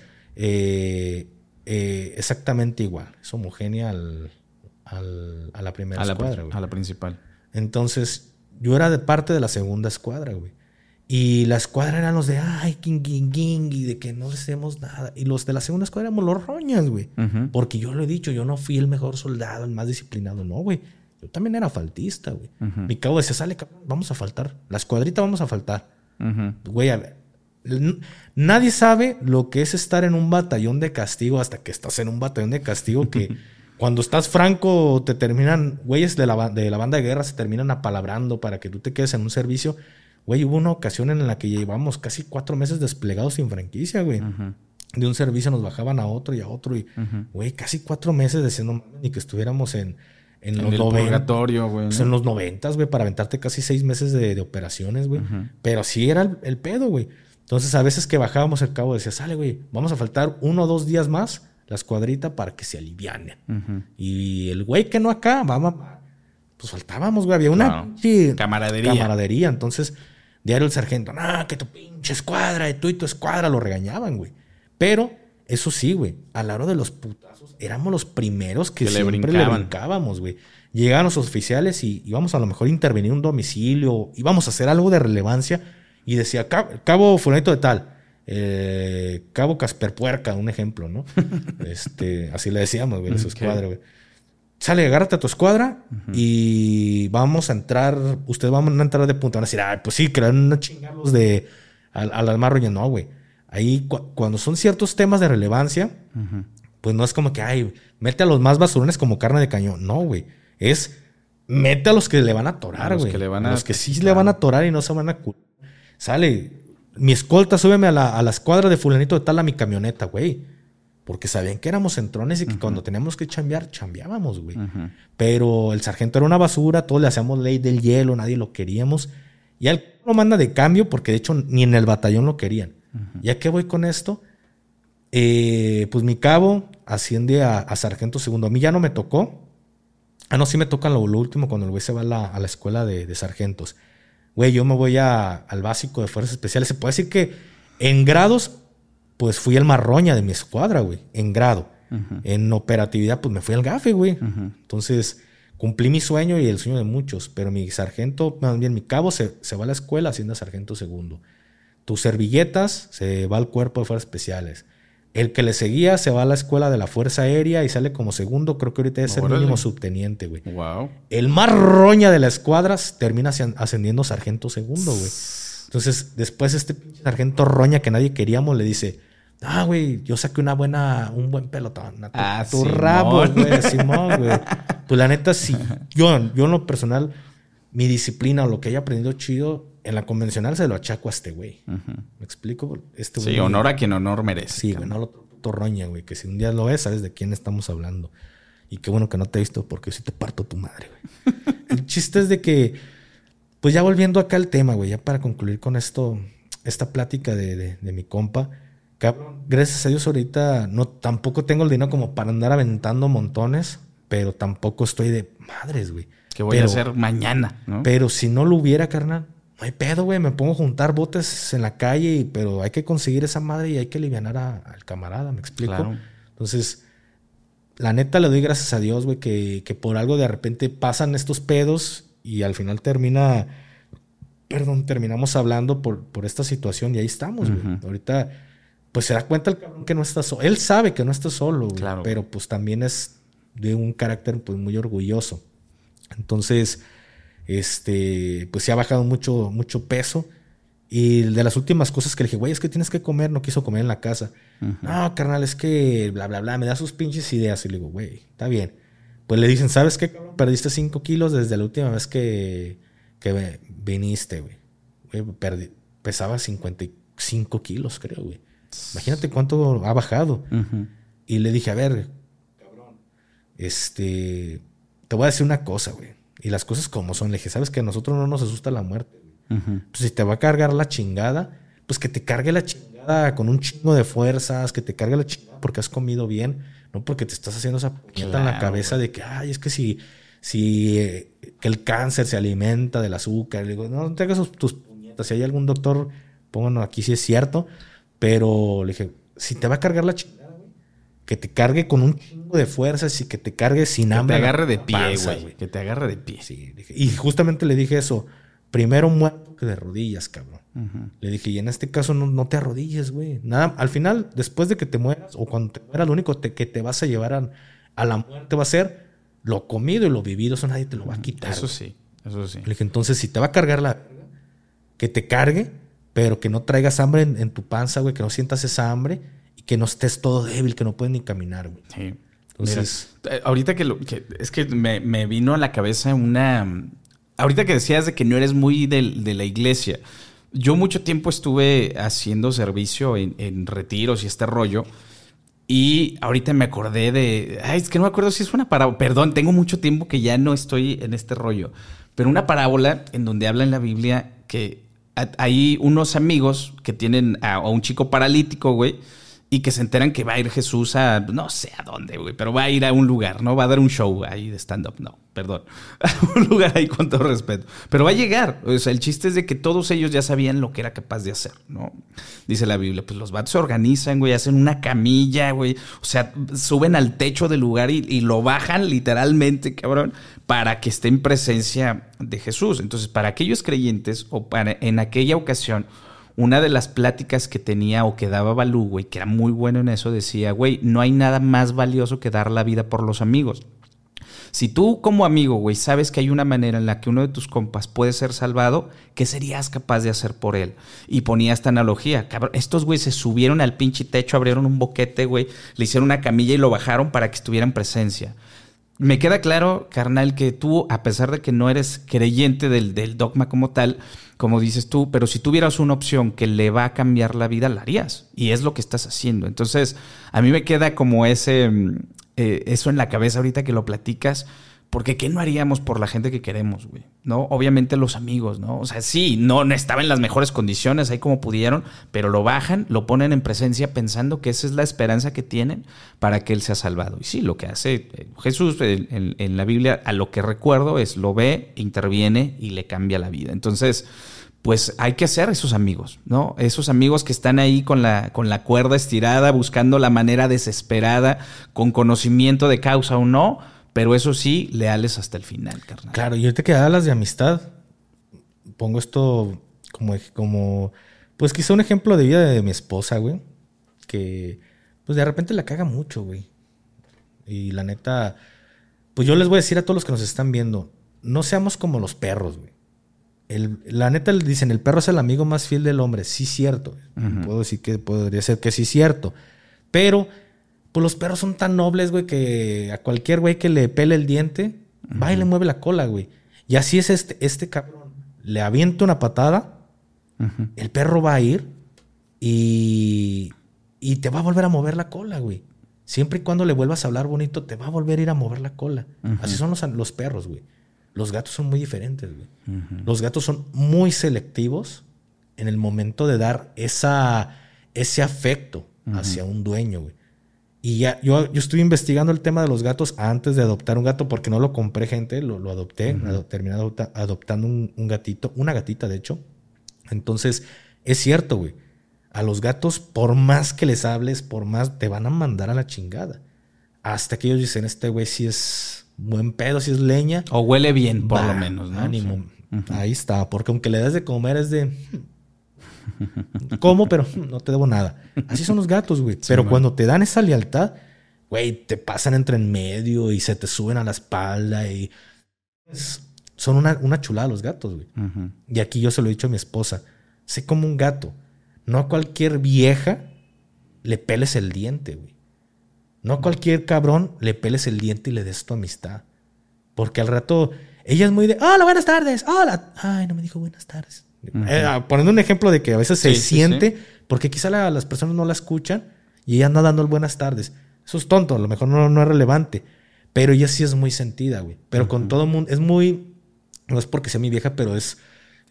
exactamente igual. Es homogénea a la primera escuadra, güey. A la principal. Entonces, yo era de parte de la segunda escuadra, güey. Y la escuadra eran los de, ay, king, y de que no hacemos nada. Y los de la segunda escuadra éramos los roñas, güey. Porque yo lo he dicho, yo no fui el mejor soldado, el más disciplinado. No, güey. Yo también era faltista, güey. Mi cabo decía, sale, cabrón, vamos a faltar. La escuadrita vamos a faltar. Güey, a ver. Nadie sabe lo que es estar en un batallón de castigo hasta que estás en un batallón de castigo que cuando estás franco te terminan, güeyes de la banda de guerra se terminan apalabrando para que tú te quedes en un servicio. Güey, hubo una ocasión en la que llevamos casi 4 meses desplegados sin franquicia, güey. De un servicio nos bajaban a otro y a otro. Y, güey, casi 4 meses diciendo, ni que estuviéramos en los el purgatorio, güey. Pues en los 90, güey, para aventarte casi 6 meses de operaciones, güey. Pero sí era el pedo, güey. Entonces, a veces que bajábamos el cabo, decía, sale, güey, vamos a faltar 1 o 2 días más la escuadrita para que se alivianen. Y el güey que no acá, vamos, pues faltábamos, güey. Había una camaradería. Entonces, diario el sargento, no, que tu pinche escuadra, y tú y tu escuadra, lo regañaban, güey. Pero, eso sí, güey, a la hora de los putazos, éramos los primeros que siempre le brincábamos, güey. Llegaban los oficiales y íbamos a lo mejor a intervenir un domicilio, íbamos a hacer algo de relevancia y decía, cabo fulanito de tal, cabo Casper Puerca, un ejemplo, ¿no? Así le decíamos, güey, a su escuadra, güey. Sale, agárrate a tu escuadra y vamos a entrar, ustedes van a entrar de punta. Van a decir, ay, pues sí, que le van a chingar los a las marroñas. No, güey. Ahí, cuando son ciertos temas de relevancia, pues no es como que, ay, mete a los más basurones como carne de cañón. No, güey. Es, mete a los que le van a atorar, güey. A los que sí le van a atorar y no se van a curar. Sale, mi escolta, súbeme a la escuadra de fulanito de tal a mi camioneta, güey. Porque sabían que éramos entrones y que cuando teníamos que chambear, chambeábamos, güey. Pero el sargento era una basura, todos le hacíamos ley del hielo, nadie lo queríamos. Y él lo manda de cambio porque de hecho ni en el batallón lo querían. ¿Ya qué voy con esto? Pues mi cabo asciende a sargento segundo. A mí ya no me tocó. No, sí me toca lo último cuando el güey se va a la escuela de sargentos. Güey, yo me voy al básico de fuerzas especiales. Se puede decir que en grados, pues fui el marroña de mi escuadra, güey. En grado. En operatividad, pues me fui al gafe, güey. Entonces, cumplí mi sueño y el sueño de muchos. Pero mi sargento, más bien mi cabo, se va a la escuela haciendo sargento segundo. Tus servilletas se va al cuerpo de fuerzas especiales. El que le seguía se va a la escuela de la Fuerza Aérea y sale como segundo. Creo que ahorita es el mínimo subteniente, güey. Wow. El más roña de la escuadra termina ascendiendo sargento segundo, güey. Entonces, después este pinche sargento roña que nadie queríamos le dice, güey, yo saqué un buen pelotón. Tu rabo, güey, Simón, güey. Pues la neta, sí. Yo en lo personal, mi disciplina o lo que haya aprendido chido, en la convencional se lo achaco a este güey. ¿Me explico? Sí, honor a quien honor merece. Sí, güey, no lo puto roña, güey. Que si un día lo ves, sabes de quién estamos hablando. Y qué bueno que no te he visto porque sí te parto tu madre, güey. El chiste es de que, pues ya volviendo acá al tema, güey, ya para concluir con esta plática de mi compa, cabrón, gracias a Dios ahorita tampoco tengo el dinero como para andar aventando montones, pero tampoco estoy de madres, güey. ¿Qué voy a hacer mañana, no? Pero si no lo hubiera, carnal, no hay pedo, güey. Me pongo a juntar botes en la calle, pero hay que conseguir esa madre y hay que alivianar al camarada, ¿me explico? Claro. Entonces, la neta le doy gracias a Dios, güey, que por algo de repente pasan estos pedos y al final terminamos hablando por esta situación y ahí estamos, güey. Ahorita, pues se da cuenta el cabrón que no está solo. Él sabe que no está solo, güey, claro, pero pues también es de un carácter pues muy orgulloso. Entonces, pues se ha bajado mucho, mucho peso. Y de las últimas cosas que le dije, güey, es que tienes que comer, no quiso comer en la casa. No, carnal, es que bla, bla, bla, me da sus pinches ideas. Y le digo, güey, está bien. Pues le dicen, ¿sabes qué, cabrón? Perdiste 5 kilos desde la última vez que viniste, güey. Pesaba 55 kilos, creo, güey. Imagínate cuánto ha bajado. Y le dije, a ver, cabrón, te voy a decir una cosa, güey. Y las cosas como son. Le dije, ¿sabes que a nosotros no nos asusta la muerte? Pues si te va a cargar la chingada, pues que te cargue la chingada con un chingo de fuerzas, que te cargue la chingada porque has comido bien, no porque te estás haciendo esa puñeta en la cabeza, güey, de que, ay, es que si que el cáncer se alimenta del azúcar. Le digo, no te hagas tus puñetas. Si hay algún doctor, pónganlo aquí si es cierto. Pero le dije, si te va a cargar la chingada, güey, que te cargue con un chingo de fuerzas y que te cargue sin hambre. Que te agarre de pie, güey. Que te agarre de pie. Sí, dije, y justamente le dije eso. Primero muerto que de rodillas, cabrón. Le dije, y en este caso no te arrodilles, güey. Nada, al final, después de que te mueras o cuando te mueras, lo único que te vas a llevar a la muerte va a ser lo comido y lo vivido. Eso nadie te lo va a quitar. Eso sí, eso sí. Le dije, entonces, si te va a cargar que te cargue, pero que no traigas hambre en tu panza, güey. Que no sientas esa hambre y que no estés todo débil, que no puedes ni caminar, güey. Sí. Entonces, mira, ahorita es que me vino a la cabeza ahorita que decías de que no eres muy de la iglesia. Yo mucho tiempo estuve haciendo servicio en retiros y este rollo. Y ahorita me acordé es que no me acuerdo si es una parábola. Perdón, tengo mucho tiempo que ya no estoy en este rollo. Pero una parábola en donde habla en la Biblia que hay unos amigos que tienen a un chico paralítico, güey, y que se enteran que va a ir Jesús a no sé a dónde, güey, pero va a ir a un lugar, ¿no? Va a dar un show ahí de stand-up, no, perdón. Un lugar ahí con todo respeto. Pero va a llegar. O sea, el chiste es de que todos ellos ya sabían lo que era capaz de hacer, ¿no? Dice la Biblia, pues los vatos se organizan, güey, hacen una camilla, güey. O sea, suben al techo del lugar y lo bajan literalmente, cabrón, para que esté en presencia de Jesús. Entonces, para aquellos creyentes o en aquella ocasión, una de las pláticas que tenía o que daba Balú, güey, que era muy bueno en eso, decía, güey, no hay nada más valioso que dar la vida por los amigos. Si tú como amigo, güey, sabes que hay una manera en la que uno de tus compas puede ser salvado, ¿qué serías capaz de hacer por él? Y ponía esta analogía. Cabrón, estos güey se subieron al pinche techo, abrieron un boquete, güey, le hicieron una camilla y lo bajaron para que estuviera en presencia. Me queda claro, carnal, que tú, a pesar de que no eres creyente del dogma como tal, como dices tú, pero si tuvieras una opción que le va a cambiar la vida, la harías. Y es lo que estás haciendo. Entonces, a mí me queda como eso en la cabeza ahorita que lo platicas, porque ¿qué no haríamos por la gente que queremos, güey? ¿No? Obviamente los amigos, ¿no? O sea, sí, no estaba en las mejores condiciones, ahí como pudieron, pero lo bajan, lo ponen en presencia pensando que esa es la esperanza que tienen para que él sea salvado. Y sí, lo que hace Jesús en la Biblia, a lo que recuerdo, es lo ve, interviene y le cambia la vida. Entonces, pues hay que hacer esos amigos, ¿no? Esos amigos que están ahí con la cuerda estirada, buscando la manera desesperada, con conocimiento de causa o no, pero eso sí, leales hasta el final, carnal. Claro, y ahorita que hablas de amistad, pongo esto como pues quizá un ejemplo de vida de mi esposa, güey, que pues de repente la caga mucho, güey. Y la neta, pues yo les voy a decir a todos los que nos están viendo, no seamos como los perros, güey. La neta dicen, el perro es el amigo más fiel del hombre. Sí, cierto. Puedo decir que podría ser que sí, cierto. Pero pues los perros son tan nobles, güey, que a cualquier güey que le pele el diente, va y le mueve la cola, güey. Y así es este cabrón. Le avienta una patada, el perro va a ir y te va a volver a mover la cola, güey. Siempre y cuando le vuelvas a hablar bonito, te va a volver a ir a mover la cola. Así son los perros, güey. Los gatos son muy diferentes, güey. Los gatos son muy selectivos en el momento de dar ese afecto hacia un dueño, güey. Y ya, yo estuve investigando el tema de los gatos antes de adoptar un gato porque no lo compré, gente. Lo adopté. Terminé adoptando un gatito. Una gatita, de hecho. Entonces, es cierto, güey. A los gatos, por más que les hables, por más te van a mandar a la chingada. Hasta que ellos dicen, este güey sí es buen pedo, sí es leña. O huele bien, por lo menos, ¿no? Ánimo. Sí. Ahí está. Porque aunque le das de comer es de... ¿Cómo? Pero no te debo nada. Así son los gatos, güey. Sí, pero man, cuando te dan esa lealtad, güey, te pasan entre en medio y se te suben a la espalda y... Son una chulada los gatos, güey. Y aquí yo se lo he dicho a mi esposa. Sé como un gato. No a cualquier vieja le peles el diente, güey. No a cualquier cabrón le peles el diente y le des tu amistad. Porque al rato... Ella es muy de... ¡Hola, buenas tardes! ¡Hola! Ay, no me dijo buenas tardes. Poniendo un ejemplo de que a veces se siente... Porque quizá las personas no la escuchan y ella anda dando el buenas tardes. Eso es tonto. A lo mejor no es relevante. Pero ella sí es muy sentida, güey. Pero con todo el mundo es muy... No es porque sea mi vieja, pero es...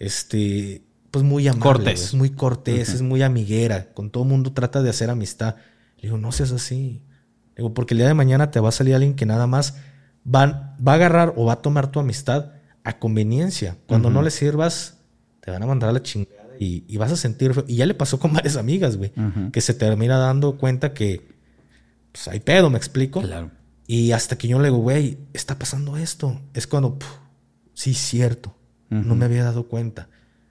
pues muy amable. Cortés. Es muy cortés, es muy amiguera. Con todo el mundo trata de hacer amistad. Le digo, no seas así. Le digo, porque el día de mañana te va a salir alguien que nada más va a agarrar o va a tomar tu amistad a conveniencia. Cuando no le sirvas, te van a mandar a la chingada y vas a sentir feo. Y ya le pasó con varias amigas, güey. Que se termina dando cuenta que pues hay pedo, ¿me explico? Claro. Y hasta que yo le digo, güey, está pasando esto. Es cuando, sí, cierto. No me había dado cuenta.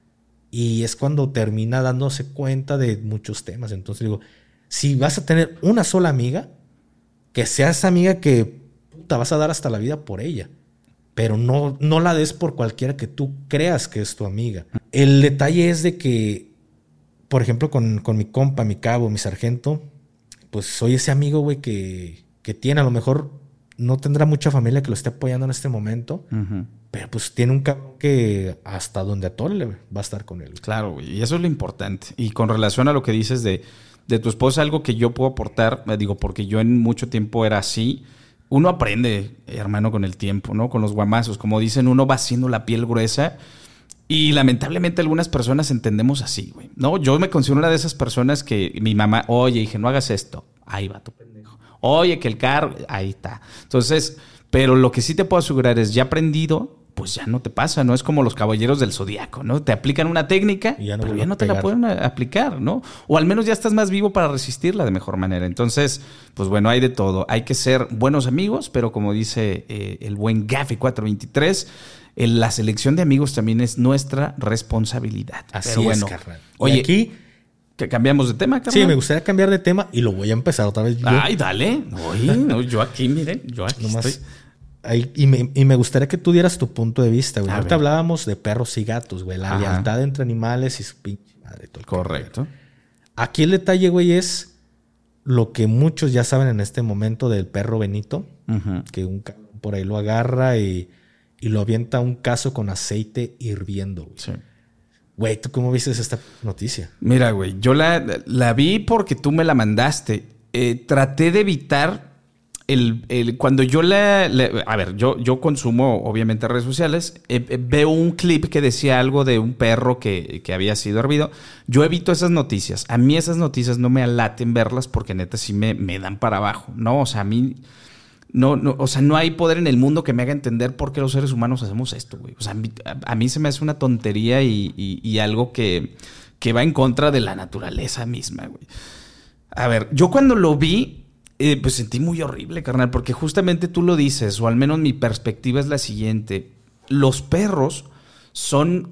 Y es cuando termina dándose cuenta de muchos temas. Entonces digo, si vas a tener una sola amiga, que sea esa amiga que te vas a dar hasta la vida por ella. Pero no la des por cualquiera que tú creas que es tu amiga. El detalle es de que, por ejemplo, con mi compa, mi cabo, mi sargento, pues soy ese amigo, güey, que tiene, a lo mejor no tendrá mucha familia que lo esté apoyando en este momento, pero pues tiene un cabrón que hasta donde atole va a estar con él. Claro, güey, y eso es lo importante. Y con relación a lo que dices de tu esposa, algo que yo puedo aportar, digo, porque yo en mucho tiempo era así. Uno aprende, hermano, con el tiempo, ¿no? Con los guamazos. Como dicen, uno va haciendo la piel gruesa. Y lamentablemente algunas personas entendemos así, güey. No, yo me considero una de esas personas que mi mamá, oye, dije, no hagas esto. Ahí va tu pendejo. Oye, que el carro, ahí está. Entonces, pero lo que sí te puedo asegurar es, ya aprendido, pues ya no te pasa, ¿no? Es como los caballeros del Zodíaco, ¿no? Te aplican una técnica, pero ya no te la pueden aplicar, ¿no? O al menos ya estás más vivo para resistirla de mejor manera. Entonces, pues bueno, hay de todo. Hay que ser buenos amigos, pero como dice el buen Gaffy 423, la selección de amigos también es nuestra responsabilidad. Así pero bueno, es, carnal. Oye, y aquí... ¿que cambiamos de tema, carnal? Sí, me gustaría cambiar de tema y lo voy a empezar otra vez. Ay, dale. Oye, no, yo aquí, miren, yo aquí nomás estoy... Y me gustaría que tú dieras tu punto de vista, güey. A Ahorita ver. hablábamos de perros y gatos, güey. La lealtad entre animales y su pinche madre. Todo el Correcto. cabrón. Aquí el detalle, güey, es lo que muchos ya saben en este momento del perro Benito. Que un cabrón por ahí lo agarra y lo avienta a un caso con aceite hirviendo, güey. Sí. Güey, ¿tú cómo viste esta noticia? Mira, güey, yo la vi porque tú me la mandaste. Traté de evitar cuando yo a ver, yo consumo obviamente redes sociales, veo un clip que decía algo de un perro que había sido hervido. Yo evito esas noticias. A mí esas noticias no me alaten verlas porque neta sí me dan para abajo, ¿no? O sea, a mí no, o sea, no hay poder en el mundo que me haga entender por qué los seres humanos hacemos esto, güey. O sea, a mí se me hace una tontería y algo que va en contra de la naturaleza misma, güey. A ver, yo cuando lo vi, pues sentí muy horrible, carnal, porque justamente tú lo dices, o al menos mi perspectiva es la siguiente. Los perros son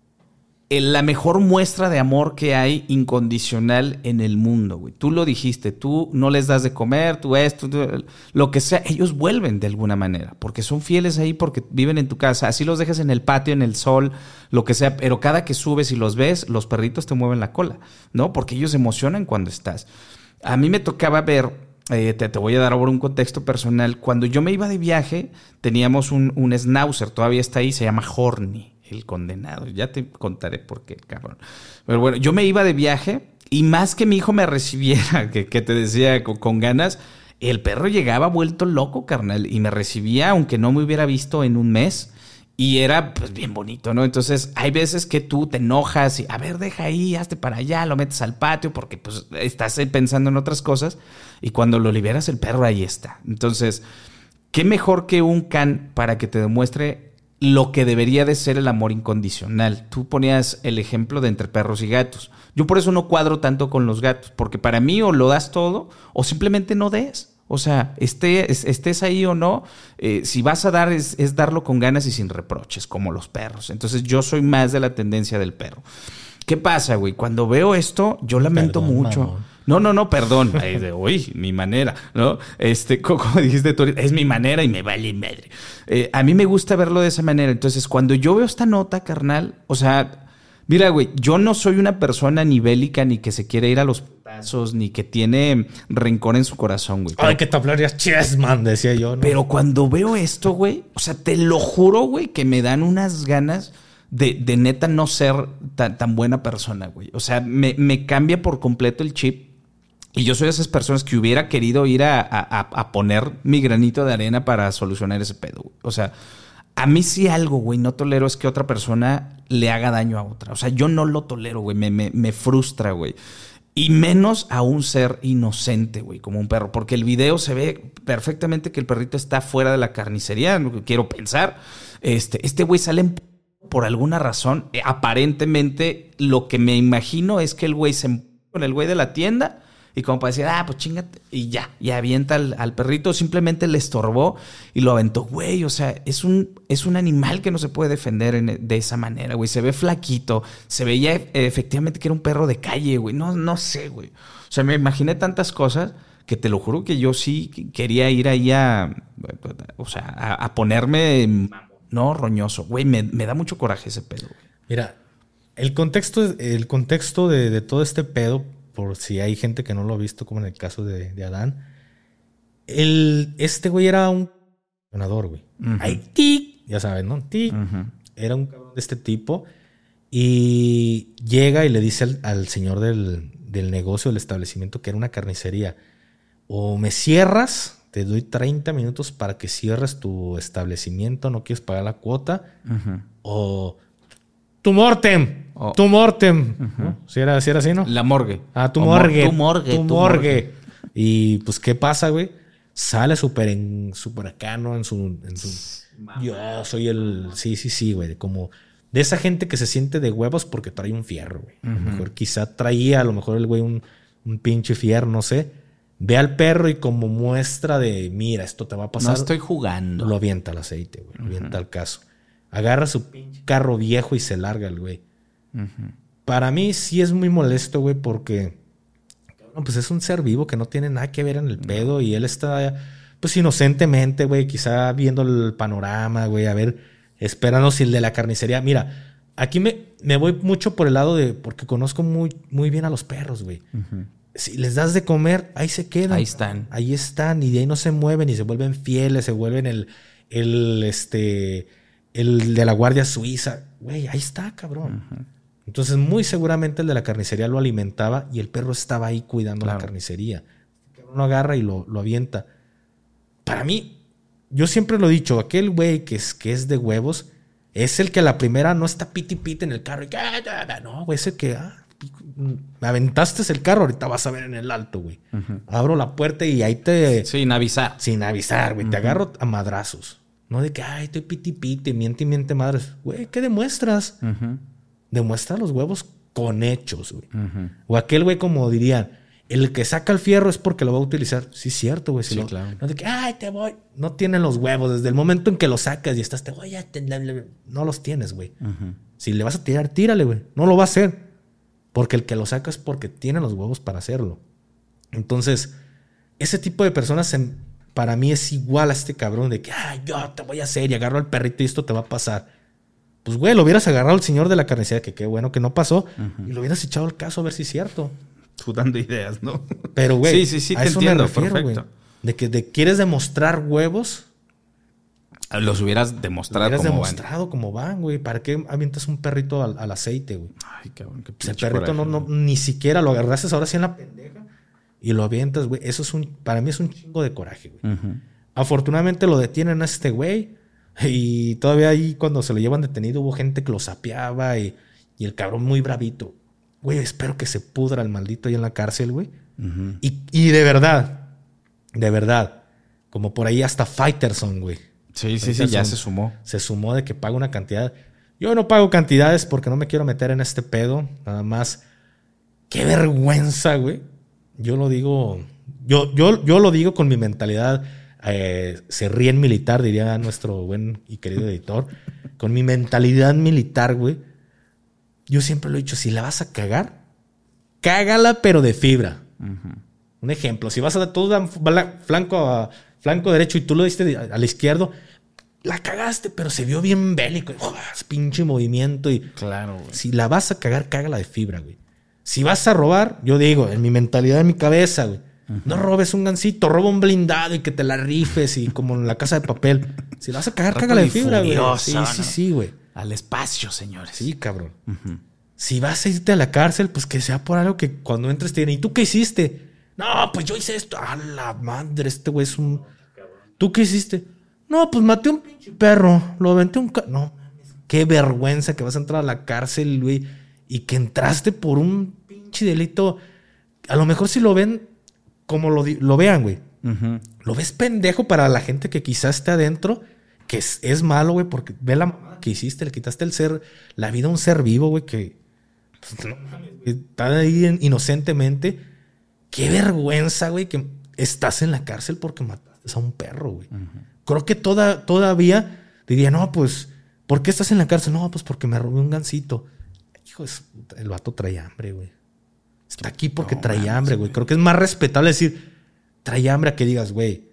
la mejor muestra de amor que hay incondicional en el mundo, güey. Tú lo dijiste, tú no les das de comer, tú esto, lo que sea, ellos vuelven de alguna manera, porque son fieles ahí, porque viven en tu casa. Así los dejas en el patio, en el sol, lo que sea, pero cada que subes y los ves, los perritos te mueven la cola, ¿no? Porque ellos se emocionan cuando estás. A mí me tocaba ver... te voy a dar ahora un contexto personal. Cuando yo me iba de viaje, teníamos un schnauzer, todavía está ahí, se llama Horny, el condenado. Ya te contaré por qué, cabrón. Pero bueno, yo me iba de viaje y más que mi hijo me recibiera, que te decía con ganas, el perro llegaba vuelto loco, carnal, y me recibía aunque no me hubiera visto en un mes. Y era pues bien bonito, ¿no? Entonces hay veces que tú te enojas y a ver, deja ahí, hazte para allá, lo metes al patio porque pues estás pensando en otras cosas y cuando lo liberas el perro ahí está. Entonces, ¿qué mejor que un can para que te demuestre lo que debería de ser el amor incondicional? Tú ponías el ejemplo de entre perros y gatos. Yo por eso no cuadro tanto con los gatos, porque para mí o lo das todo o simplemente no des. O sea, estés ahí o no, si vas a dar es darlo con ganas y sin reproches, como los perros. Entonces yo soy más de la tendencia del perro. ¿Qué pasa, güey? Cuando veo esto, yo lamento mucho. Mamón. No, perdón. Uy, mi manera, ¿no? Como dijiste tú, es mi manera y me vale madre. A mí me gusta verlo de esa manera. Entonces, cuando yo veo esta nota, carnal, o sea... Mira, güey, yo no soy una persona ni bélica, ni que se quiere ir a los putazos, ni que tiene rencor en su corazón, güey. Ay, que te hablarías Chessman, decía yo, ¿no? Pero cuando veo esto, güey, o sea, te lo juro, güey, que me dan unas ganas de neta no ser tan buena persona, güey. O sea, me cambia por completo el chip Y yo soy de esas personas que hubiera querido ir a poner mi granito de arena para solucionar ese pedo, güey. O sea, a mí sí algo, güey, no tolero es que otra persona le haga daño a otra. O sea, yo no lo tolero, güey. Me frustra, güey. Y menos a un ser inocente, güey, como un perro. Porque el video se ve perfectamente que el perrito está fuera de la carnicería, quiero pensar. Este güey sale por alguna razón. Aparentemente, lo que me imagino es que el güey se con el güey de la tienda y como para decir, pues chingate, y ya avienta al perrito, simplemente le estorbó y lo aventó, güey. O sea, es un animal que no se puede defender de esa manera, güey. Se ve flaquito, se veía efectivamente que era un perro de calle, güey. No sé, güey. O sea, me imaginé tantas cosas que te lo juro que yo sí quería ir ahí a ponerme, no, roñoso. Güey, me da mucho coraje ese pedo, güey. Mira, el contexto de todo este pedo, por si hay gente que no lo ha visto, como en el caso de Adán. Este güey era un ganador, güey. Uh-huh. Ay, tic, ya sabes, ¿no? Tic. Uh-huh. Era un cabrón de este tipo. Y llega y le dice al señor del negocio, del establecimiento, que era una carnicería: o me cierras, te doy 30 minutos para que cierres tu establecimiento, no quieres pagar la cuota, uh-huh, o tu mortem. Tu mortem. Uh-huh. ¿Sí era así, no? La morgue. Tu morgue. Tu morgue. Y pues, ¿qué pasa, güey? Sale súper acá, ¿no? En su yo soy el... Sí, güey. Como de esa gente que se siente de huevos porque trae un fierro, güey. Uh-huh. A lo mejor quizá traía, a lo mejor el güey un pinche fierro, no sé. Ve al perro y como muestra de, mira, esto te va a pasar. No estoy jugando. Lo avienta al aceite, güey. Lo avienta al caso. Agarra su pinche carro viejo y se larga el güey. Uh-huh. Para mí sí es muy molesto, güey, porque pues es un ser vivo que no tiene nada que ver en el pedo y él está, pues, inocentemente, güey, quizá viendo el panorama, güey, a ver, esperando si el de la carnicería. Mira, aquí me voy mucho por el lado de, porque conozco muy, muy bien a los perros, güey. Uh-huh. Si les das de comer, ahí se quedan. Ahí están. Ahí están y de ahí no se mueven y se vuelven fieles, se vuelven el de la Guardia Suiza. Güey, ahí está, cabrón. Uh-huh. Entonces, muy seguramente el de la carnicería lo alimentaba y el perro estaba ahí cuidando la carnicería. El cabrón lo agarra y lo avienta. Para mí, yo siempre lo he dicho, aquel güey que es de huevos es el que a la primera no está piti en el carro. Y no, güey, es el que... me aventaste el carro, ahorita vas a ver en el alto, güey. Uh-huh. Abro la puerta y ahí te... Sin avisar. Sin avisar, güey. Uh-huh. Te agarro a madrazos. No de que, estoy piti, miente madres. Güey, ¿qué demuestras? Uh-huh. Demuestra los huevos con hechos, güey. Uh-huh. O aquel güey, como dirían, el que saca el fierro es porque lo va a utilizar. Sí, es cierto, güey. Sí, claro. No de que, te voy. No tienen los huevos. Desde el momento en que los sacas y estás, te voy a... No los tienes, güey. Uh-huh. Si le vas a tirar, tírale, güey. No lo va a hacer. Porque el que lo saca es porque tiene los huevos para hacerlo. Entonces, ese tipo de personas para mí es igual a este cabrón de que, yo te voy a hacer y agarro al perrito y esto te va a pasar. Pues, güey, lo hubieras agarrado al señor de la carnicería, que qué bueno que no pasó, uh-huh, y lo hubieras echado al caso a ver si es cierto. Tú dando ideas, ¿no? Pero, güey, sí, a te eso entiendo, me refiero, perfecto. Güey. De que quieres demostrar huevos. Los hubieras demostrado cómo van, güey. ¿Para qué avientas un perrito al aceite, güey? Ay, cabrón, qué pinche el perrito coraje, ni siquiera lo agarraste ahora sí en la pendeja y lo avientas, güey. Eso para mí es un chingo de coraje, güey. Uh-huh. Afortunadamente lo detienen a este güey y todavía ahí cuando se lo llevan detenido hubo gente que lo sapeaba y el cabrón muy bravito. Güey, espero que se pudra el maldito ahí en la cárcel, güey. Uh-huh. Y de verdad, como por ahí hasta Fighterson, güey. Sí, ya se sumó. Se sumó de que paga una cantidad. Yo no pago cantidades porque no me quiero meter en este pedo. Nada más. Qué vergüenza, güey. Yo lo digo. Yo lo digo con mi mentalidad. Se ríe en militar, diría nuestro buen y querido editor. Con mi mentalidad militar, güey. Yo siempre lo he dicho. Si la vas a cagar, cágala, pero de fibra. Uh-huh. Un ejemplo. Si vas a todo flanco derecho y tú lo diste al izquierdo, la cagaste, pero se vio bien bélico. Pinche movimiento. Claro, güey. Si la vas a cagar, cágala de fibra, güey. Si vas a robar, yo digo, en mi mentalidad, en mi cabeza, güey. Uh-huh. No robes un gancito, roba un blindado y que te la rifes y como en La Casa de Papel. Si la vas a cagar, cágala de fibra, güey. Sí, güey. Al espacio, señores. Sí, cabrón. Uh-huh. Si vas a irte a la cárcel, pues que sea por algo que cuando entres te digan, ¿y tú qué hiciste? No, pues yo hice esto. A la madre, este güey es un... ¿Tú qué hiciste? No, pues maté a un pinche perro. Lo aventé a un... No, mames, qué vergüenza que vas a entrar a la cárcel, güey. Y que entraste por un pinche delito. A lo mejor si lo ven como lo vean, güey. Uh-huh. Lo ves pendejo para la gente que quizás esté adentro. Que es malo, güey, porque ve la mamada que hiciste. Le quitaste la vida a un ser vivo, güey, que... Pues, no, está ahí inocentemente. Qué vergüenza, güey, que estás en la cárcel porque mataste a un perro, güey. Uh-huh. Creo que todavía diría, no, pues, ¿por qué estás en la cárcel? No, pues porque me robé un gansito. Hijo de puta, el vato trae hambre, güey. Está aquí porque trae hambre, güey. Creo que es más respetable decir, trae hambre a que digas, güey.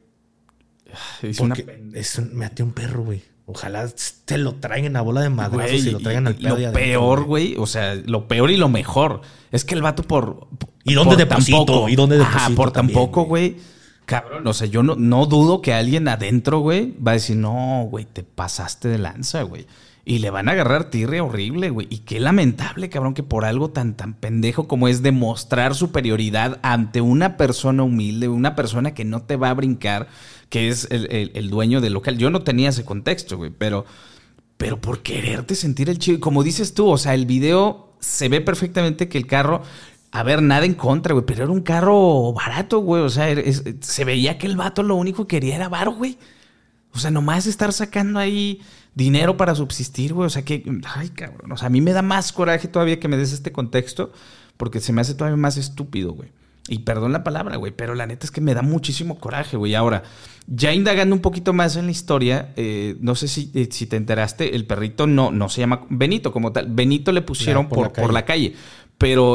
Porque me até un perro, güey. Ojalá te lo traigan a bola de madrazos y lo traigan al pedo. Lo peor, güey, o sea, lo peor y lo mejor es que el vato ¿Y dónde deposito? Tampoco, ¿Y dónde deposito? Ajá, por tampoco, güey. Cabrón, o sea, yo no dudo que alguien adentro, güey, va a decir, no, güey, te pasaste de lanza, güey. Y le van a agarrar tirria horrible, güey. Y qué lamentable, cabrón, que por algo tan pendejo como es demostrar superioridad ante una persona humilde, una persona que no te va a brincar, que es el dueño del local. Yo no tenía ese contexto, güey, pero por quererte sentir el chido. Como dices tú, o sea, el video se ve perfectamente que el carro... A ver, nada en contra, güey, pero era un carro barato, güey. O sea, se veía que el vato lo único que quería era varo, güey. O sea, nomás estar sacando ahí dinero para subsistir, güey. O sea, que... Ay, cabrón. O sea, a mí me da más coraje todavía que me des este contexto porque se me hace todavía más estúpido, güey. Y perdón la palabra, güey, pero la neta es que me da muchísimo coraje, güey. Ahora, ya indagando un poquito más en la historia, no sé si te enteraste, el perrito no se llama Benito como tal. Benito le pusieron por la calle. Pero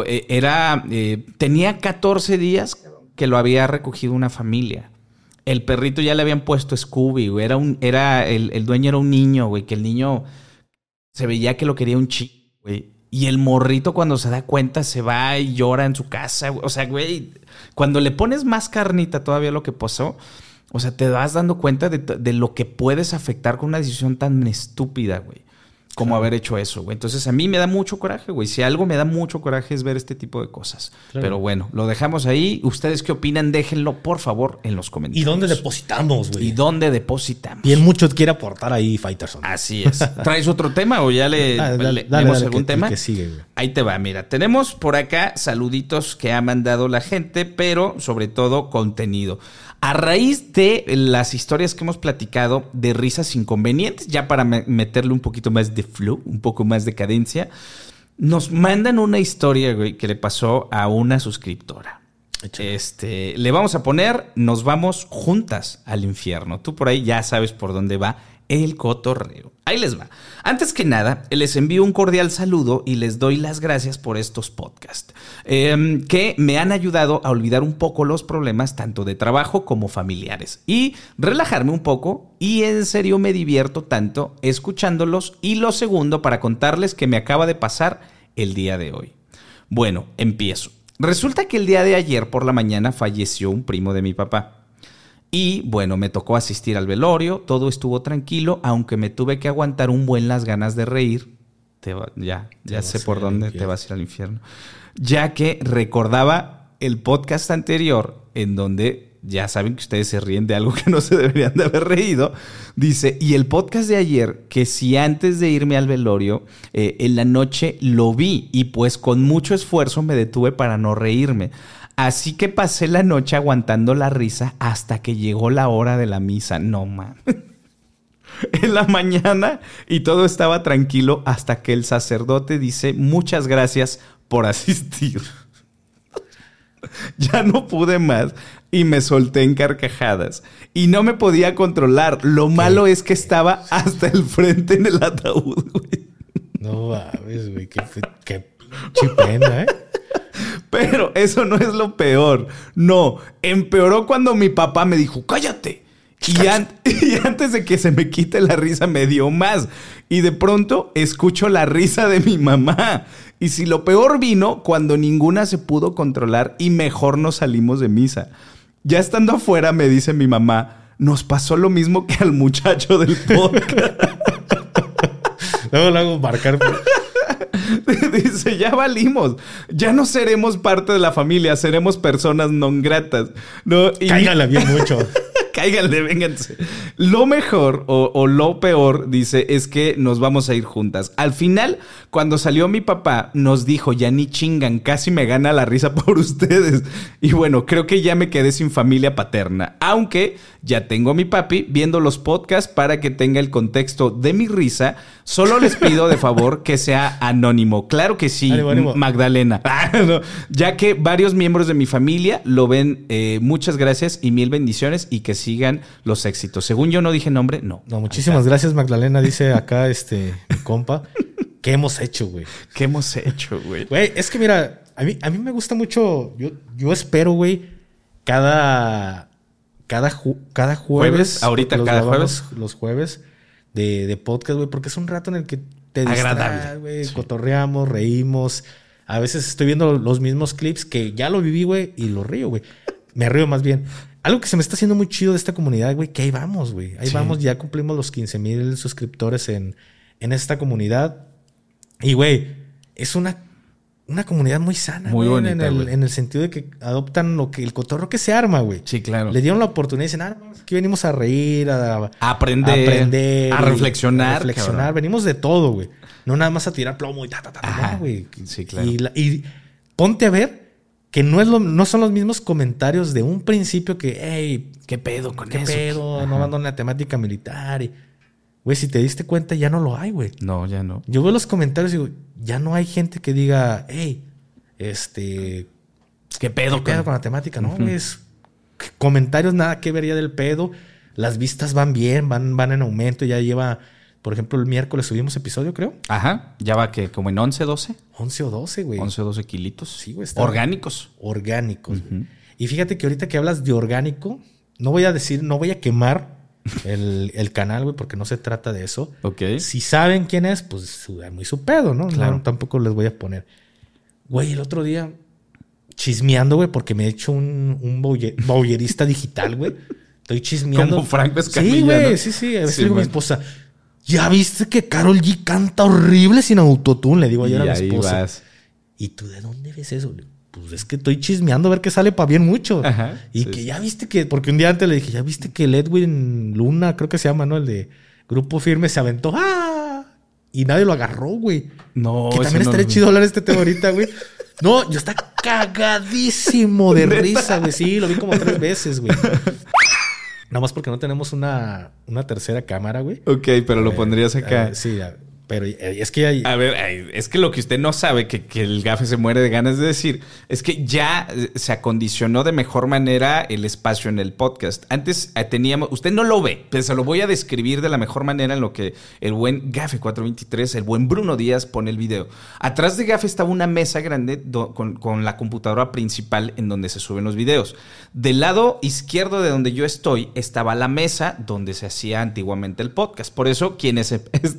tenía 14 días que lo había recogido una familia. El perrito ya le habían puesto Scooby, güey. El dueño era un niño, güey. Que el niño se veía que lo quería un chico, güey. Y el morrito cuando se da cuenta se va y llora en su casa, güey. O sea, güey, cuando le pones más carnita todavía a lo que pasó, o sea, te vas dando cuenta de lo que puedes afectar con una decisión tan estúpida, güey. Como haber hecho eso, güey. Entonces, a mí me da mucho coraje, güey. Si algo me da mucho coraje es ver este tipo de cosas. Claro. Pero bueno, lo dejamos ahí. ¿Ustedes qué opinan? Déjenlo, por favor, en los comentarios. ¿Y dónde depositamos, güey? ¿Y dónde depositamos? Bien mucho quiere aportar ahí, Fighterson. Así es. ¿Traes otro tema o ya leemos algún tema? Que sigue, güey. Ahí te va, mira. Tenemos por acá saluditos que ha mandado la gente, pero sobre todo contenido. A raíz de las historias que hemos platicado de risas inconvenientes, ya para meterle un poquito más de flow, un poco más de cadencia, nos mandan una historia, güey, que le pasó a una suscriptora. Le vamos a poner, nos vamos juntas al infierno. Tú por ahí ya sabes por dónde va el cotorreo. Ahí les va. Antes que nada, les envío un cordial saludo y les doy las gracias por estos podcasts que me han ayudado a olvidar un poco los problemas tanto de trabajo como familiares y relajarme un poco, y en serio me divierto tanto escuchándolos. Y lo segundo, para contarles que me acaba de pasar el día de hoy. Bueno, empiezo. Resulta que el día de ayer por la mañana falleció un primo de mi papá. Y bueno, me tocó asistir al velorio, todo estuvo tranquilo, aunque me tuve que aguantar un buen las ganas de reír. Ya sé por dónde te vas a ir al infierno. Ya que recordaba el podcast anterior en donde, ya saben que ustedes se ríen de algo que no se deberían de haber reído. Dice, y el podcast de ayer, que si antes de irme al velorio, en la noche lo vi y pues con mucho esfuerzo me detuve para no reírme. Así que pasé la noche aguantando la risa hasta que llegó la hora de la misa. No, man. En la mañana y todo estaba tranquilo hasta que el sacerdote dice muchas gracias por asistir. Ya no pude más y me solté en carcajadas. Y no me podía controlar. Lo malo es que estaba hasta el frente en el ataúd, güey. No mames, güey. Qué pena, ¿eh? Pero eso no es lo peor. No, empeoró cuando mi papá me dijo, ¡cállate! Y antes de que se me quite la risa me dio más. Y de pronto escucho la risa de mi mamá. Y si lo peor vino cuando ninguna se pudo controlar y mejor nos salimos de misa. Ya estando afuera me dice mi mamá, nos pasó lo mismo que al muchacho del podcast. Luego lo hago marcar. Dice, ya valimos. Ya no seremos parte de la familia, seremos personas non gratas. No, y Cáigala bien mucho. cáiganle, vénganse. Lo mejor o lo peor, dice, es que nos vamos a ir juntas. Al final, cuando salió mi papá, nos dijo, ya ni chingan, casi me gana la risa por ustedes. Y bueno, creo que ya me quedé sin familia paterna. Aunque ya tengo a mi papi viendo los podcasts para que tenga el contexto de mi risa. Solo les pido de favor que sea anónimo. Claro que sí, Ánimo. Magdalena. No, ya que varios miembros de mi familia lo ven. Muchas gracias y mil bendiciones y que sigan los éxitos. Según yo no dije nombre, no. No, muchísimas gracias, Magdalena, dice acá mi compa. ¿Qué hemos hecho, güey? ¿Qué hemos hecho, güey? Güey, es que mira, a mí me gusta mucho. Yo espero, güey, cada jueves. ¿Jueves? ¿Ahorita los cada grabamos jueves? Los jueves de podcast, güey, porque es un rato en el que te Agradable. distraes, güey, Sí. cotorreamos, reímos. A veces estoy viendo los mismos clips que ya lo viví, güey, y lo río, güey. Me río más bien. Algo que se me está haciendo muy chido de esta comunidad, güey, que ahí vamos, güey. Ahí Sí. vamos, ya cumplimos los 15,000 suscriptores en esta comunidad. Y, güey, es una comunidad muy sana, Muy güey, bonita, güey. en el sentido de que adoptan el cotorro que se arma, güey. Sí, claro. Le dieron la oportunidad y dicen, aquí venimos a reír, a aprender, a reflexionar. cabrón. Venimos de todo, güey. No nada más a tirar plomo y Ajá. no, güey. Sí, claro. Y ponte a ver que no son los mismos comentarios de un principio que, hey, ¿Qué pedo con ¿qué eso? pedo? Ajá. No van a una temática militar. Güey, si te diste cuenta, ya no lo hay, güey. No, ya no. Yo veo los comentarios y digo, ya no hay gente que diga, hey, ¿Qué pedo, ¿qué pedo con la temática? No, güey, es comentarios nada que ver ya del pedo. Las vistas van bien, van en aumento. Ya lleva, por ejemplo, el miércoles subimos episodio, creo. Ajá. Ya va que como en 11, 12. 11 o 12, güey. 11 o 12 kilitos. Sí, güey, está- Orgánicos. Orgánicos. Güey. Y fíjate que ahorita que hablas de orgánico, no voy a quemar el canal, güey, porque no se trata de eso. Ok. Si saben quién es, pues muy su pedo, ¿no? Claro. No, tampoco les voy a poner. Güey, el otro día chismeando, güey, porque me he hecho un voyerista digital, güey. Estoy chismeando. Como Franco Escamilla, Sí, güey, ¿no? sí. A veces Sí, le digo a mi man. esposa, ¿ya viste que Karol G canta horrible sin autotune? Le digo ayer Y a mi ahí esposa. vas. ¿Y tú de dónde ves eso? Le digo, pues es que estoy chismeando a ver qué sale para bien mucho. Ajá, Y sí, que sí. ya viste que, porque un día antes le dije, ya viste que el Edwin Luna, creo que se llama, ¿no? El de Grupo Firme se aventó. ¡Ah! Y nadie lo agarró, güey. No, Que ese también no estaría lo vi. chido hablar de este tema ahorita, güey. No, yo está cagadísimo de risa, güey. Sí, lo vi como 3 veces, güey. Nada más porque no tenemos una tercera cámara, güey. Ok, pero lo pondrías acá. Sí, pero es que hay... A ver, es que lo que usted no sabe, que el gafe se muere de ganas de decir, es que ya se acondicionó de mejor manera el espacio en el podcast. Antes teníamos, usted no lo ve, pero se lo voy a describir de la mejor manera en lo que el buen Gafe 423, el buen Bruno Díaz pone el video. Atrás de Gafe estaba una mesa grande con la computadora principal en donde se suben los videos. Del lado izquierdo de donde yo estoy estaba la mesa donde se hacía antiguamente el podcast. Por eso quienes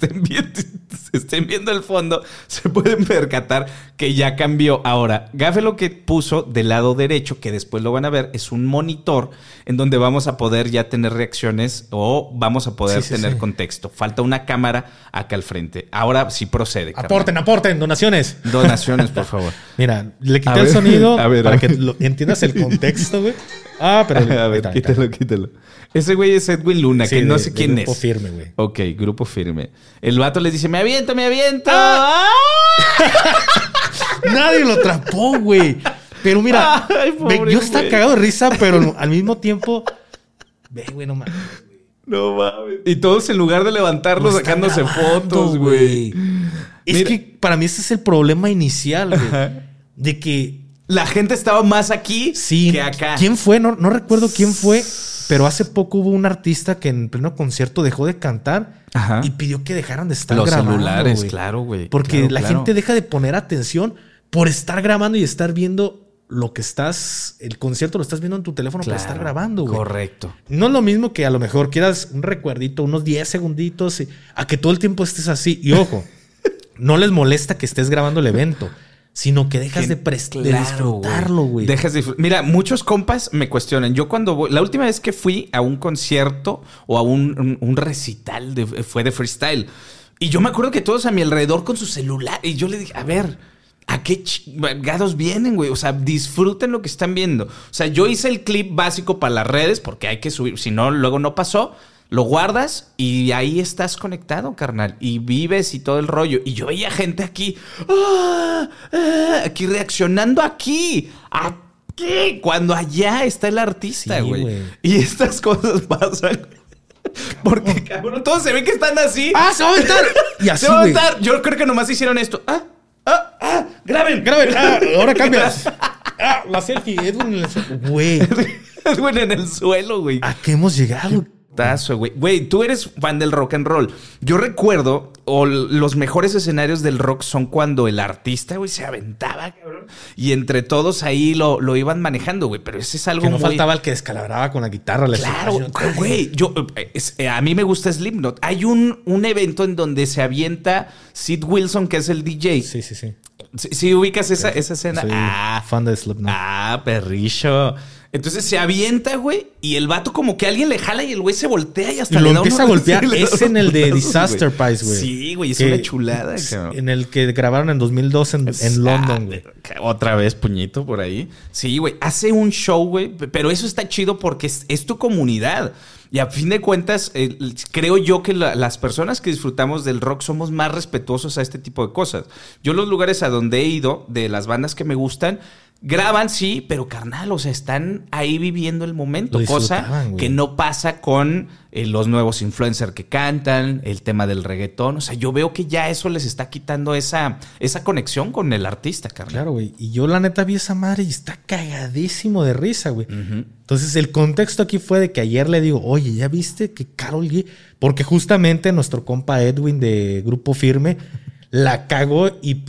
estén viendo el fondo se pueden percatar que ya cambió. Ahora, Gafe lo que puso del lado derecho, que después lo van a ver, es un monitor en donde vamos a poder ya tener reacciones o vamos a poder tener contexto. Falta una cámara acá al frente. Ahora sí procede. Aporten, donaciones. Donaciones, por favor. Mira, le A quité ver, el sonido a ver, para a que ver. entiendas el contexto, güey. Ah, pero... A ver, ahí está. quítalo. Ese güey es Edwin Luna, Sí, que no de- sé de quién Grupo es. Firme, güey. Ok, Grupo Firme. El vato les dice, me aviento. Nadie lo atrapó, güey. Pero mira, Ay, pobre yo estaba güey. cagado de risa, pero al mismo tiempo... Ve, güey, no mames. No mames. Y todos en lugar de levantarlos Lo están sacándose grabando, fotos, güey. Es Mira. que para mí ese es el problema inicial, güey. Ajá. De que La gente estaba más aquí sí, que acá. ¿quién fue? No recuerdo quién fue, pero hace poco hubo un artista que en pleno concierto dejó de cantar Ajá. y pidió que dejaran de estar Los grabando, celulares, güey. claro, güey. Porque Claro, la claro. gente deja de poner atención por estar grabando y estar viendo lo que el concierto lo estás viendo en tu teléfono por estar Claro, grabando, güey. Correcto. No es lo mismo que a lo mejor quieras un recuerdito, unos 10 segunditos, a que todo el tiempo estés así. Y ojo, no les molesta que estés grabando el evento, sino que dejas de disfrutarlo, güey. Dejas de Mira, muchos compas me cuestionan. Yo cuando voy... La última vez que fui a un concierto o a un recital fue de freestyle. Y yo me acuerdo que todos a mi alrededor con su celular. Y yo le dije, a ver, ¿a qué chingados vienen, güey? O sea, disfruten lo que están viendo. O sea, yo hice el clip básico para las redes porque hay que subir. Si no, luego no pasó. Lo guardas y ahí estás conectado, carnal. Y vives y todo el rollo. Y yo veía gente aquí. Aquí reaccionando aquí. Aquí. Cuando allá está el artista, Sí, güey. güey. Y estas cosas pasan. Porque, cabrón, todos se ven que están así. ¡Ah, se va a aventar! Y así, Se va a güey. aventar. Yo creo que nomás hicieron esto. Graben. Graben. Ahora cambias. La selfie. Edwin en el suelo. Güey, Edwin en el suelo, güey. ¿a qué hemos llegado? Güey. Güey, tú eres fan del rock and roll. Yo recuerdo, los mejores escenarios del rock son cuando el artista, güey, se aventaba, cabrón. Y entre todos ahí lo iban manejando, güey. Pero ese es algo Que no muy... faltaba el que descalabraba con la guitarra. Claro, güey. A mí me gusta Slipknot. Hay un evento en donde se avienta Sid Wilson, que es el DJ. Sí. Si ubicas esa escena. Soy fan de Slipknot. Perrillo. Entonces se avienta, güey, y el vato como que alguien le jala y el güey se voltea y hasta Y le lo da empieza a unos- golpear. sí, le da Es en el de unos Disaster güey. Pies, güey. Sí, güey, es Que- una chulada, cabrón. En el que grabaron en 2002 en London, güey. Otra vez puñito por ahí. Sí, güey. Hace un show, güey. Pero eso está chido porque es tu comunidad. Y a fin de cuentas, creo yo que las personas que disfrutamos del rock somos más respetuosos a este tipo de cosas. Yo los lugares a donde he ido, de las bandas que me gustan, graban, sí, pero carnal, o sea, están ahí viviendo el momento. Lo Cosa disfrutaban, güey. que no pasa con los nuevos influencers que cantan, el tema del reggaetón. O sea, yo veo que ya eso les está quitando esa conexión con el artista, carnal. Claro, güey. Y yo la neta vi esa madre y está cagadísimo de risa, güey. Entonces el contexto aquí fue de que ayer le digo, oye, ¿ya viste que Karol G? Porque justamente nuestro compa Edwin de Grupo Firme la cagó y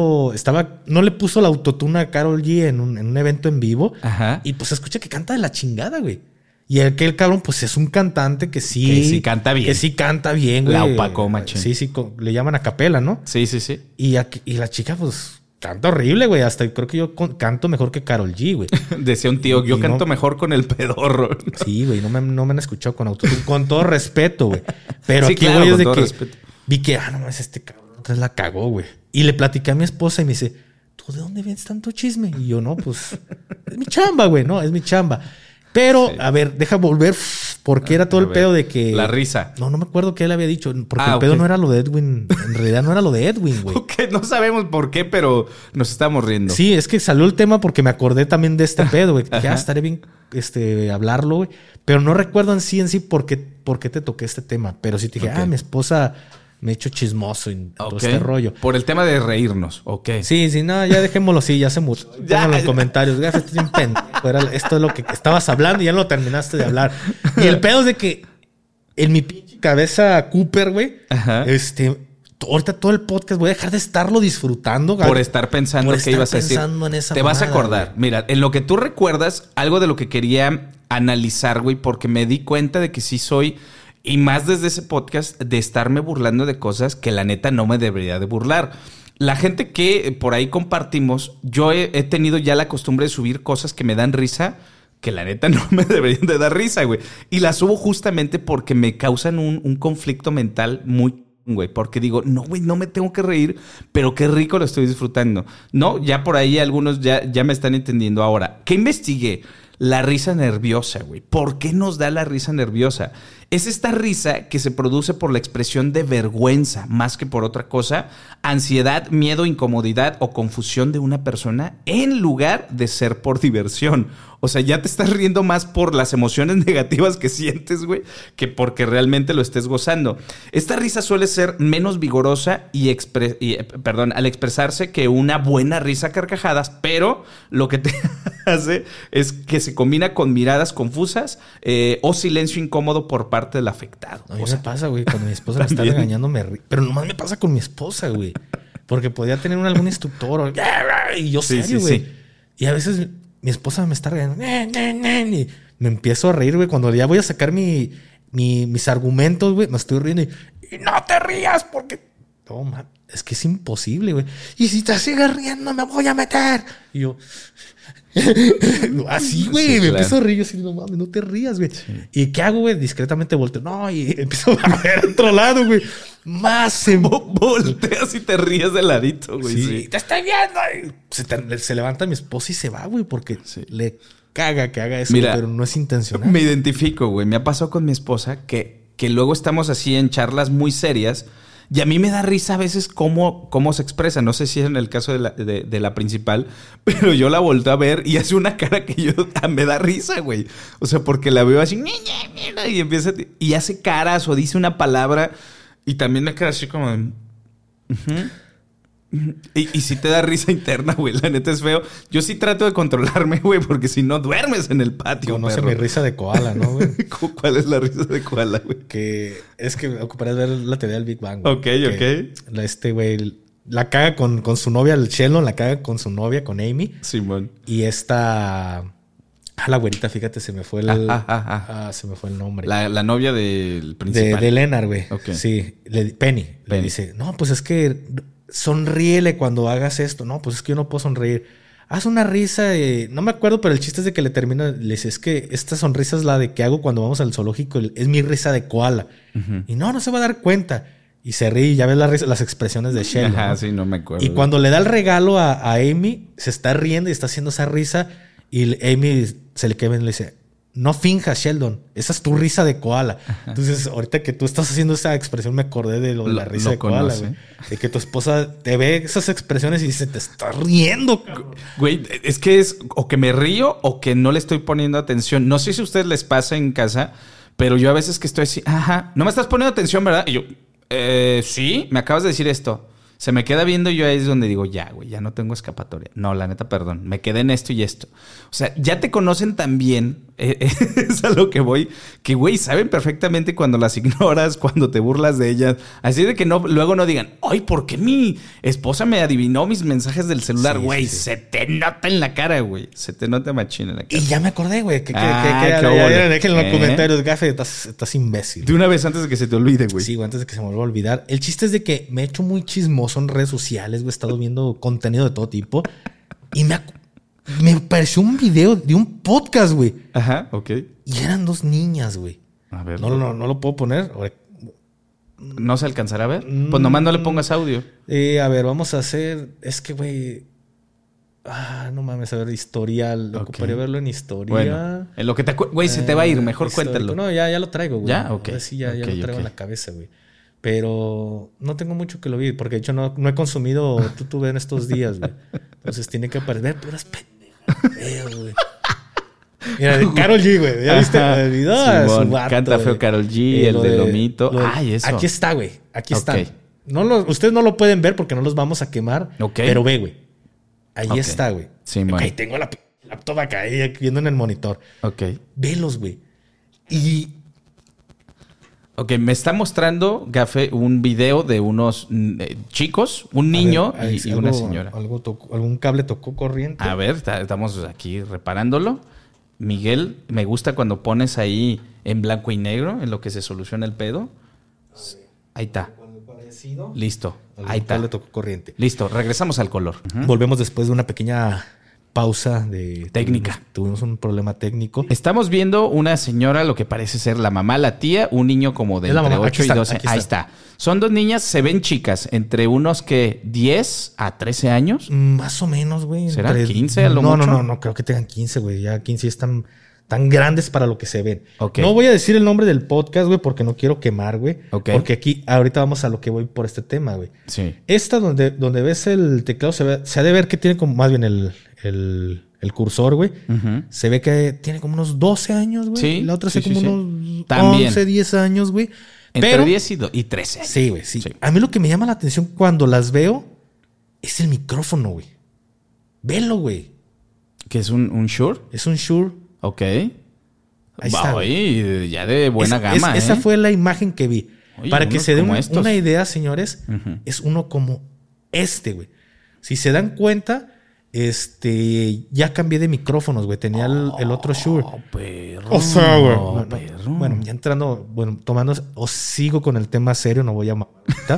no le puso la autotuna a Karol G en un evento en vivo. Ajá. Y pues escucha que canta de la chingada, güey. Y el cabrón, pues es un cantante que sí... Que sí canta bien. Que sí canta bien, güey. La opacó, machín. Sí, le llaman a capela, ¿no? Sí. Y la chica, pues, canta horrible, güey. Hasta creo que yo canto mejor que Karol G, güey. Decía un tío, yo Y canto no- mejor con el pedorro. Sí, güey. No me han escuchado con autotune. Con todo respeto, güey. Pero Sí, aquí, claro, güey, es con de todo que respeto. vi que, no mames, este cabrón otra vez la cagó, güey. Y le platicé a mi esposa y me dice, ¿tú de dónde vienes tanto chisme? Y yo, no, pues, es mi chamba, güey. No, es mi chamba. Pero, Sí. a ver, deja volver, porque era todo A el ver, pedo de que... la risa. No me acuerdo qué él había dicho. Porque el pedo ok. no era lo de Edwin. En realidad no era lo de Edwin, güey. Ok, no sabemos por qué, pero nos estamos riendo. Sí, es que salió el tema porque me acordé también de este pedo, güey. Dije, Ajá. estaré bien hablarlo, güey. Pero no recuerdo en sí por qué te toqué este tema. Pero sí te dije, Ok. mi esposa me ha hecho chismoso y todo Ok. este rollo. Por el tema de reírnos. Ok. Sí, no, ya dejémoslo así, ya se murió. Ya, Pónganlo en ya. comentarios. Gafa, estás bien pendejo. Esto es lo que estabas hablando y ya no lo terminaste de hablar. Y el pedo es de que en mi pinche cabeza Cooper, güey, Ajá. ahorita todo el podcast voy a dejar de estarlo disfrutando. Por estar pensando Por qué estar ibas a decir. pensando en esa Te vas a mamada, acordar. güey. Mira, en lo que tú recuerdas, algo de lo que quería analizar, güey, porque me di cuenta de que sí soy, y más desde ese podcast, de estarme burlando de cosas que la neta no me debería de burlar. La gente que por ahí compartimos, yo he tenido ya la costumbre de subir cosas que me dan risa, que la neta no me deberían de dar risa, güey. Y las subo justamente porque me causan un conflicto mental muy... güey, porque digo, no, güey, no me tengo que reír, pero qué rico lo estoy disfrutando. No, ya por ahí algunos ya me están entendiendo ahora. ¿Qué investigué? La risa nerviosa, güey. ¿Por qué nos da la risa nerviosa? Es esta risa que se produce por la expresión de vergüenza, más que por otra cosa, ansiedad, miedo, incomodidad o confusión de una persona en lugar de ser por diversión. O sea, ya te estás riendo más por las emociones negativas que sientes, güey, que porque realmente lo estés gozando. Esta risa suele ser menos vigorosa al expresarse que una buena risa a carcajadas, pero lo que te hace es que se combina con miradas confusas o silencio incómodo por parte del afectado. A mí O sea, me pasa, güey, cuando mi esposa me está también. regañando, pero nomás me pasa con mi esposa, güey. Porque podía tener algún instructor y yo Sí, serio, sí, güey. sí. Y a veces mi esposa me está regañando y me empiezo a reír, güey. Cuando ya voy a sacar mis argumentos, güey, me estoy riendo y no te rías porque... No, man, es que es imposible, güey. Y si te sigues riendo, me voy a meter. Y yo... Así, güey, Sí, me claro. empiezo a reír. Yo así, no mames, no te rías, güey. ¿Y qué hago, güey? Discretamente volteo. No, y empiezo a ver a otro lado, güey. más se... Volteas y te ríes de ladito, güey. Sí, te estoy viendo. Se levanta mi esposa y se va, güey, porque le caga que haga eso, Mira, pero no es intencional. Me identifico, güey. Me ha pasado con mi esposa que luego estamos así en charlas muy serias y a mí me da risa a veces cómo se expresa. No sé si es en el caso de la principal, pero yo la volteo a ver y hace una cara que me da risa, güey. O sea, porque la veo así y empieza y hace caras o dice una palabra y también me queda así como de... Y si te da risa interna, güey. La neta es feo. Yo sí trato de controlarme, güey, porque si no duermes en el patio. Conoce mi risa de koala, ¿no, güey? ¿Cuál es la risa de koala, güey? Que es que ocuparás ver la teoría del Big Bang, güey. Ok. Este güey la caga con su novia, el Sheldon, la caga con su novia, con Amy. Simón. Y esta... la güerita, fíjate, se me fue el nombre. La novia del principal. De Leonard, güey. Okay. Sí. Penny. Le dice, no, pues es que sonríele cuando hagas esto. No, pues es que yo no puedo sonreír. Haz una risa de... No me acuerdo, pero el chiste es de que le dice, es que esta sonrisa es la de que hago cuando vamos al zoológico. Es mi risa de koala. Y no se va a dar cuenta. Y se ríe y ya ves las expresiones de Sheldon. Ajá, ¿no? Sí, no me acuerdo. Y cuando le da el regalo a Amy, se está riendo y está haciendo esa risa. Y Amy se le queda viendo y le dice... No finjas, Sheldon. Esa es tu risa de koala. Ajá. Entonces, ahorita que tú estás haciendo esa expresión, me acordé de lo de la risa de koala, güey. De que tu esposa te ve esas expresiones y dice, te está riendo. Güey, es que es o que me río o que no le estoy poniendo atención. No sé si a ustedes les pasa en casa, pero yo a veces que estoy así, no me estás poniendo atención, ¿verdad? Y yo, sí, me acabas de decir esto. Se me queda viendo y yo ahí es donde digo, ya, güey, ya no tengo escapatoria. No, la neta, perdón. Me quedé en esto y esto. O sea, ya te conocen tan bien, es a lo que voy, que, güey, saben perfectamente cuando las ignoras, cuando te burlas de ellas. Así de que luego no digan, ay, ¿por qué mi esposa me adivinó mis mensajes del celular? Güey, sí. Se te nota en la cara, güey. Se te nota machín en la cara. Y ya me acordé, güey. Déjenlo en los comentarios, gafe, estás imbécil. De una vez antes de que se te olvide, güey. Sí, güey, antes de que se me vuelva a olvidar. El chiste es de que me he hecho muy chismoso en redes sociales, güey. He estado viendo contenido de todo tipo. Y me apareció un video de un podcast, güey. Ajá, ok. Y eran 2 niñas, güey. A ver. No lo puedo poner. ¿No se alcanzará a ver? Pues nomás no le pongas audio. A ver, vamos a hacer... Es que, güey... no mames, a ver, historial. Ocuparía verlo en historia. Bueno, en lo que te... Güey, se te va a ir. Mejor histórico. Cuéntalo. No, ya lo traigo, güey. ¿Ya? Ok. Sí, ya lo traigo en la cabeza, güey. Pero no tengo mucho que lo vi, porque de hecho no he consumido YouTube en estos días, güey. Entonces tiene que aparecer puras pendejas, güey. Mira, de Karol G, güey. ¿Ya viste el video? Simón, canta feo Karol G, el de Lomito. Eso. Aquí está, güey. Aquí está. Ustedes no lo pueden ver porque no los vamos a quemar. Pero ve, güey. Ahí está, güey. Simón. Ok, tengo la laptop acá viendo en el monitor. Ok. Velos, güey. Y... Ok, me está mostrando, Gafe, un video de unos chicos, un niño y una señora. ¿Algún cable tocó corriente? A ver, estamos aquí reparándolo. Miguel, me gusta cuando pones ahí en blanco y negro, en lo que se soluciona el pedo. Ahí está. Listo. Ahí está. Cable tocó corriente. Listo, regresamos al color. Volvemos después de una pequeña... pausa de técnica. Tuvimos un problema técnico. Estamos viendo una señora, lo que parece ser la mamá, la tía, un niño como de entre 8 y 12. Ahí está. Son 2 niñas, se ven chicas, entre unos que 10 a 13 años. Más o menos, güey. ¿Será 15 a lo mucho? No, creo que tengan 15, güey. Ya 15 están tan grandes para lo que se ven. Okay. No voy a decir el nombre del podcast, güey, porque no quiero quemar, güey. Okay. Porque aquí, ahorita vamos a lo que voy por este tema, güey. Sí. Esta donde ves el teclado, se ha de ver que tiene como más bien el cursor, güey. Se ve que tiene como unos 12 años, güey. Sí. La otra hace como unos también 11, 10 años, güey. Entre 10 y 13 años. Sí, güey, sí. A mí lo que me llama la atención cuando las veo es el micrófono, güey. Velo, güey. ¿Qué es un Shure? Es un Shure. Ok. Ahí está. Oye, ya de buena gama, Esa fue la imagen que vi. Oye, para que se den una idea, señores, Uh-huh. es uno como este, güey. Si se dan cuenta, ya cambié de micrófonos, güey. Tenía el otro Shure. Perro. O sea, güey. Bueno, ya entrando, tomando, o sigo con el tema serio, no voy a ahorita.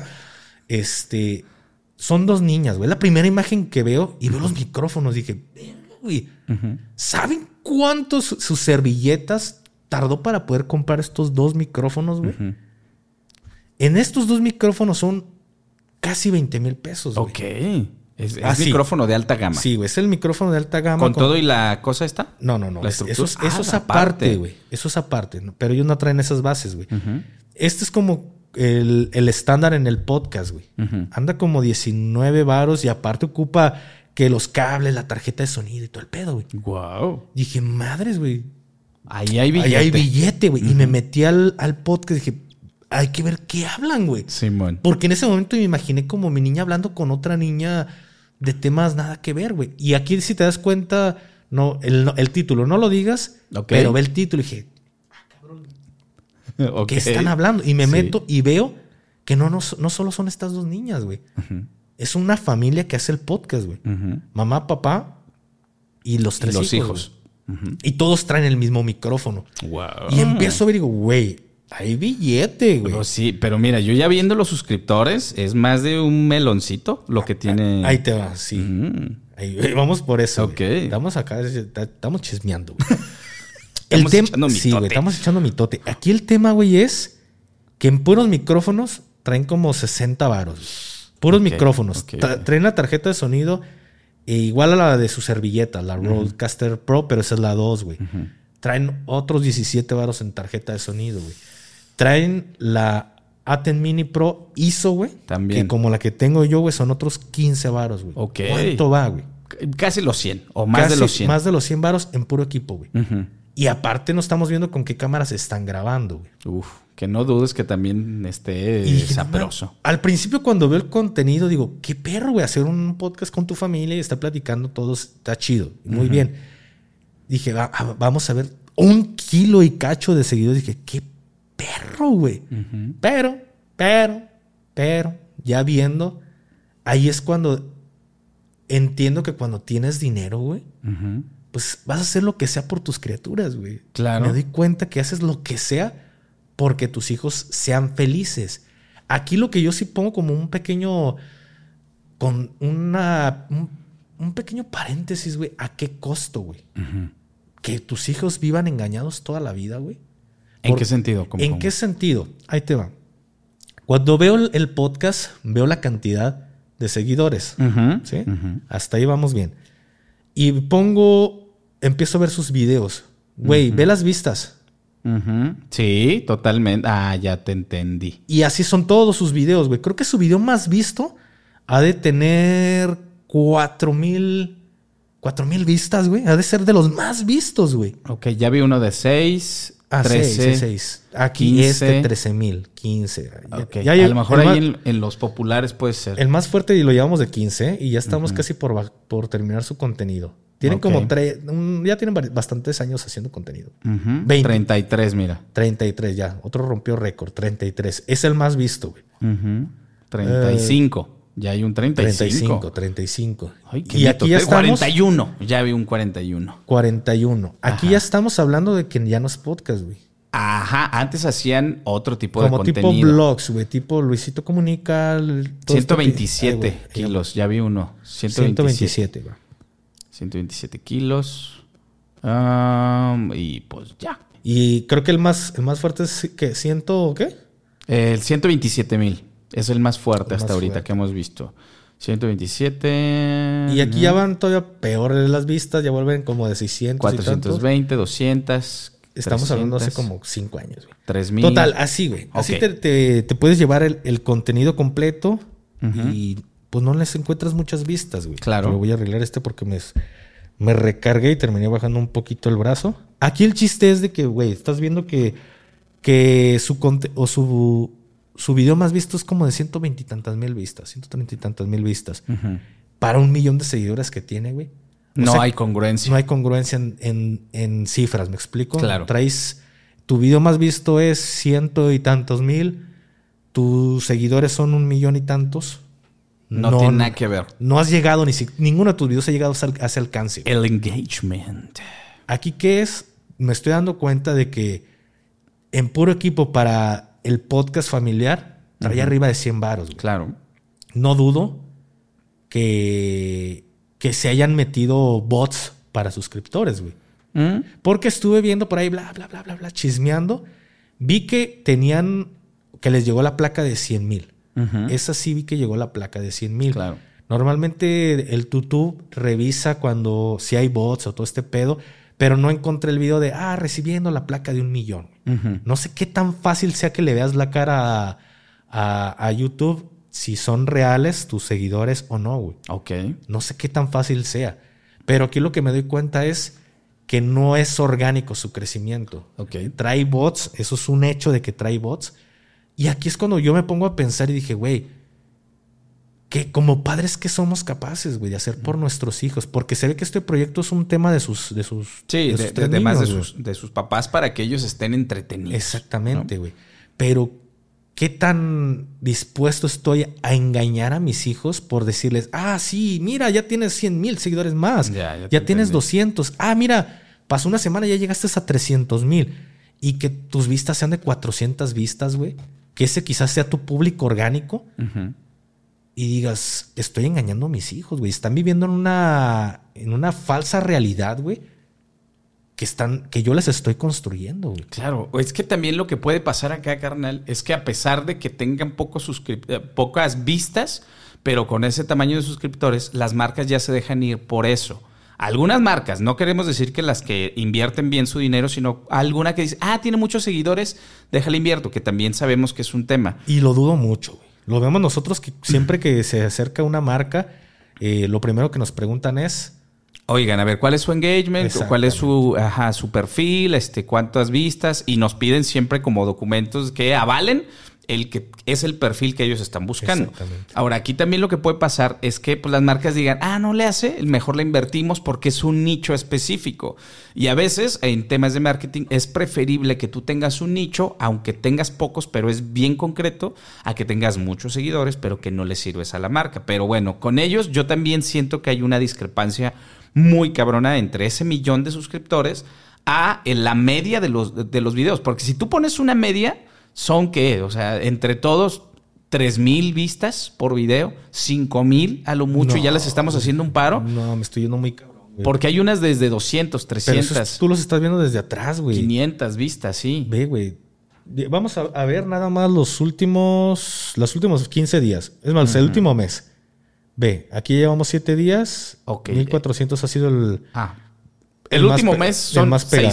Son 2 niñas, güey. La primera imagen que veo y veo los micrófonos, dije, güey, ¿saben cuántos sus servilletas tardó para poder comprar estos 2 micrófonos, güey? En estos 2 micrófonos son casi 20,000 pesos, güey. Ok. Es sí. micrófono de alta gama. Sí, güey. Es el micrófono de alta gama. ¿Con todo y la cosa esta? No. La estructura. Eso es aparte, güey. Eso es aparte. ¿No? Pero ellos no traen esas bases, güey. Este es como el estándar en el podcast, güey. Anda como 19 varos y aparte ocupa que los cables, la tarjeta de sonido y todo el pedo, güey. Wow. Dije, madres, güey. Ahí hay billete. Ahí hay billete, güey. Y me metí al podcast y dije, hay que ver qué hablan, güey. Simón. Porque en ese momento me imaginé como mi niña hablando con otra niña de temas nada que ver, güey. Y aquí, si te das cuenta, el título, no lo digas, pero ve el título y dije, ¿qué están hablando? Y me meto y veo que no solo son estas 2 niñas, güey. Es una familia que hace el podcast, güey. Mamá, papá y los 3 hijos. Y todos traen el mismo micrófono. Wow. Y empiezo a ver y digo, güey, hay billete, güey. Pero sí, pero mira, yo ya viendo los suscriptores, es más de un meloncito lo que tiene. Ahí te va, sí. Ahí, vamos por eso. Ok. Güey. Estamos acá, estamos chismeando, güey. Estamos echando mitote. Sí, güey, estamos echando mitote. Aquí el tema, güey, es que en puros micrófonos traen como 60 varos. Puros micrófonos. Traen la tarjeta de sonido igual a la de su servilleta, la Rodecaster Pro, pero esa es la 2, güey. Traen otros 17 varos en tarjeta de sonido, güey. Traen la Atem Mini Pro ISO, güey. También. Que como la que tengo yo, güey, son otros 15 varos, güey. Ok. ¿Cuánto va, güey? Casi los 100 o más de los 100. Más de los 100 varos en puro equipo, güey. Y aparte no estamos viendo con qué cámaras están grabando, güey. Uf, que no dudes que también esté sabroso. Al principio cuando veo el contenido digo, qué perro, güey, hacer un podcast con tu familia y estar platicando todos, está chido, muy bien. Dije, vamos a ver 1 kilo y cacho de seguidores. Dije, qué perro, güey. Pero, ya viendo, ahí es cuando entiendo que cuando tienes dinero, güey, pues vas a hacer lo que sea por tus criaturas, güey. Claro. Me doy cuenta que haces lo que sea porque tus hijos sean felices. Aquí lo que yo sí pongo como un pequeño, con un pequeño paréntesis, güey. ¿A qué costo, güey? Que tus hijos vivan engañados toda la vida, güey. ¿En qué sentido? ¿En qué sentido? Ahí te va. Cuando veo el podcast, veo la cantidad de seguidores. ¿Sí? Hasta ahí vamos bien. Y empiezo a ver sus videos. Güey, ve las vistas. Sí, totalmente. Ah, ya te entendí. Y así son todos sus videos, güey. Creo que su video más visto ha de tener 4,000 vistas, güey. Ha de ser de los más vistos, güey. Ok, ya vi uno de 6, 13, 6. Aquí 15. 13,000, 15. Okay. A lo mejor ahí en los populares puede ser. El más fuerte y lo llevamos de 15 y ya estamos casi por terminar su contenido. Tienen como ya tienen bastantes años haciendo contenido. 20. 33, mira. 33 ya. Otro rompió récord. 33. Es el más visto, güey. 35. Ya hay un 35. 35. Ay, qué y aquí ya estamos. 41. Ya vi un 41. 41. Aquí ya estamos hablando de que ya no es podcast, güey. Ajá. Antes hacían otro tipo como de contenido. Como tipo blogs, güey. Tipo Luisito Comunica. 127 kilos. Ya vi uno. 127, güey. 127 kilos. Y pues ya. Y creo que el más fuerte es que 100, ¿qué? El 127,000. Es el más fuerte hasta ahorita que hemos visto. 127. Y aquí ya van todavía peores las vistas. Ya vuelven como de 600 420, 200. Estamos 300, hablando hace como 5 años, güey. 3,000. Total, así, güey. Así te puedes llevar el contenido completo y pues no les encuentras muchas vistas, güey. Claro. Pero voy a arreglar porque me recargué y terminé bajando un poquito el brazo. Aquí el chiste es de que, güey, estás viendo que su video más visto es como de 120 y tantas mil vistas, 130 y tantas mil vistas. Para 1 millón de seguidores que tiene, güey. No hay congruencia. No hay congruencia en cifras, ¿me explico? Claro. Tu video más visto es 100 y tantos mil, tus seguidores son 1 millón y tantos. No tiene nada que ver. No has llegado, ninguno de tus videos ha llegado a ese alcance. El engagement. Aquí, ¿qué es? Me estoy dando cuenta de que en puro equipo para el podcast familiar traía arriba de 100 varos. Güey. Claro. No dudo que se hayan metido bots para suscriptores, güey. Porque estuve viendo por ahí, bla, bla, bla, bla, bla, chismeando. Vi que que les llegó la placa de 100,000. Ujú. Esa sí vi que llegó la placa de 100,000. Claro. Normalmente el YouTube revisa cuando si hay bots o todo este pedo, pero no encontré el video de, recibiendo la placa de 1,000,000. Ujú. No sé qué tan fácil sea que le veas la cara a YouTube si son reales tus seguidores o no, güey. Ok. No sé qué tan fácil sea. Pero aquí lo que me doy cuenta es que no es orgánico su crecimiento. Ok. Trae bots, eso es un hecho de que trae bots. Y aquí es cuando yo me pongo a pensar y dije, güey, que como padres, ¿qué somos capaces, güey, de hacer por nuestros hijos? Porque se ve que este proyecto es un tema de sus Sí, tres de más niños, de sus papás para que ellos estén entretenidos. Exactamente, güey. Pero, ¿qué tan dispuesto estoy a engañar a mis hijos por decirles, sí, mira, ya tienes 100,000 seguidores más. Ya te Ya tienes entendí. 200. Mira, pasó una semana y ya llegaste a 300,000. Y que tus vistas sean de 400 vistas, güey. Que ese quizás sea tu público orgánico. Ujú. Y digas, estoy engañando a mis hijos, güey. Están viviendo en una falsa realidad, güey. Que yo les estoy construyendo, güey. Claro, es que también lo que puede pasar acá, carnal, es que a pesar de que tengan pocas vistas, pero con ese tamaño de suscriptores, las marcas ya se dejan ir por eso. Algunas marcas, no queremos decir que las que invierten bien su dinero, sino alguna que dice, tiene muchos seguidores, déjale invierto, que también sabemos que es un tema. Y lo dudo mucho, güey. Lo vemos nosotros que siempre que se acerca una marca, lo primero que nos preguntan es... Oigan, a ver, ¿cuál es su engagement? ¿Cuál es su perfil? ¿Cuántas vistas? Y nos piden siempre como documentos que avalen el que es el perfil que ellos están buscando. Exactamente. Ahora, aquí también lo que puede pasar es que pues, las marcas digan, no le hace, mejor le invertimos porque es un nicho específico. Y a veces, en temas de marketing, es preferible que tú tengas un nicho, aunque tengas pocos, pero es bien concreto, a que tengas muchos seguidores, pero que no le sirves a la marca. Pero bueno, con ellos yo también siento que hay una discrepancia muy cabrona entre ese 1,000,000 de suscriptores a la media de los videos. Porque si tú pones una media, son ¿qué? O sea, entre todos 3,000 vistas por video, 5,000 a lo mucho, y ya les estamos haciendo un paro. No, me estoy yendo muy cabrón, güey. Porque hay unas desde 200, Pero 300, tú los estás viendo desde atrás, güey. 500 vistas, sí. Ve, güey. Vamos a ver nada más los últimos 15 días. Es más, el último mes. Ve, aquí llevamos 7 días. Ok. 1,400 ha sido el... El más último pe- mes el son más pegado.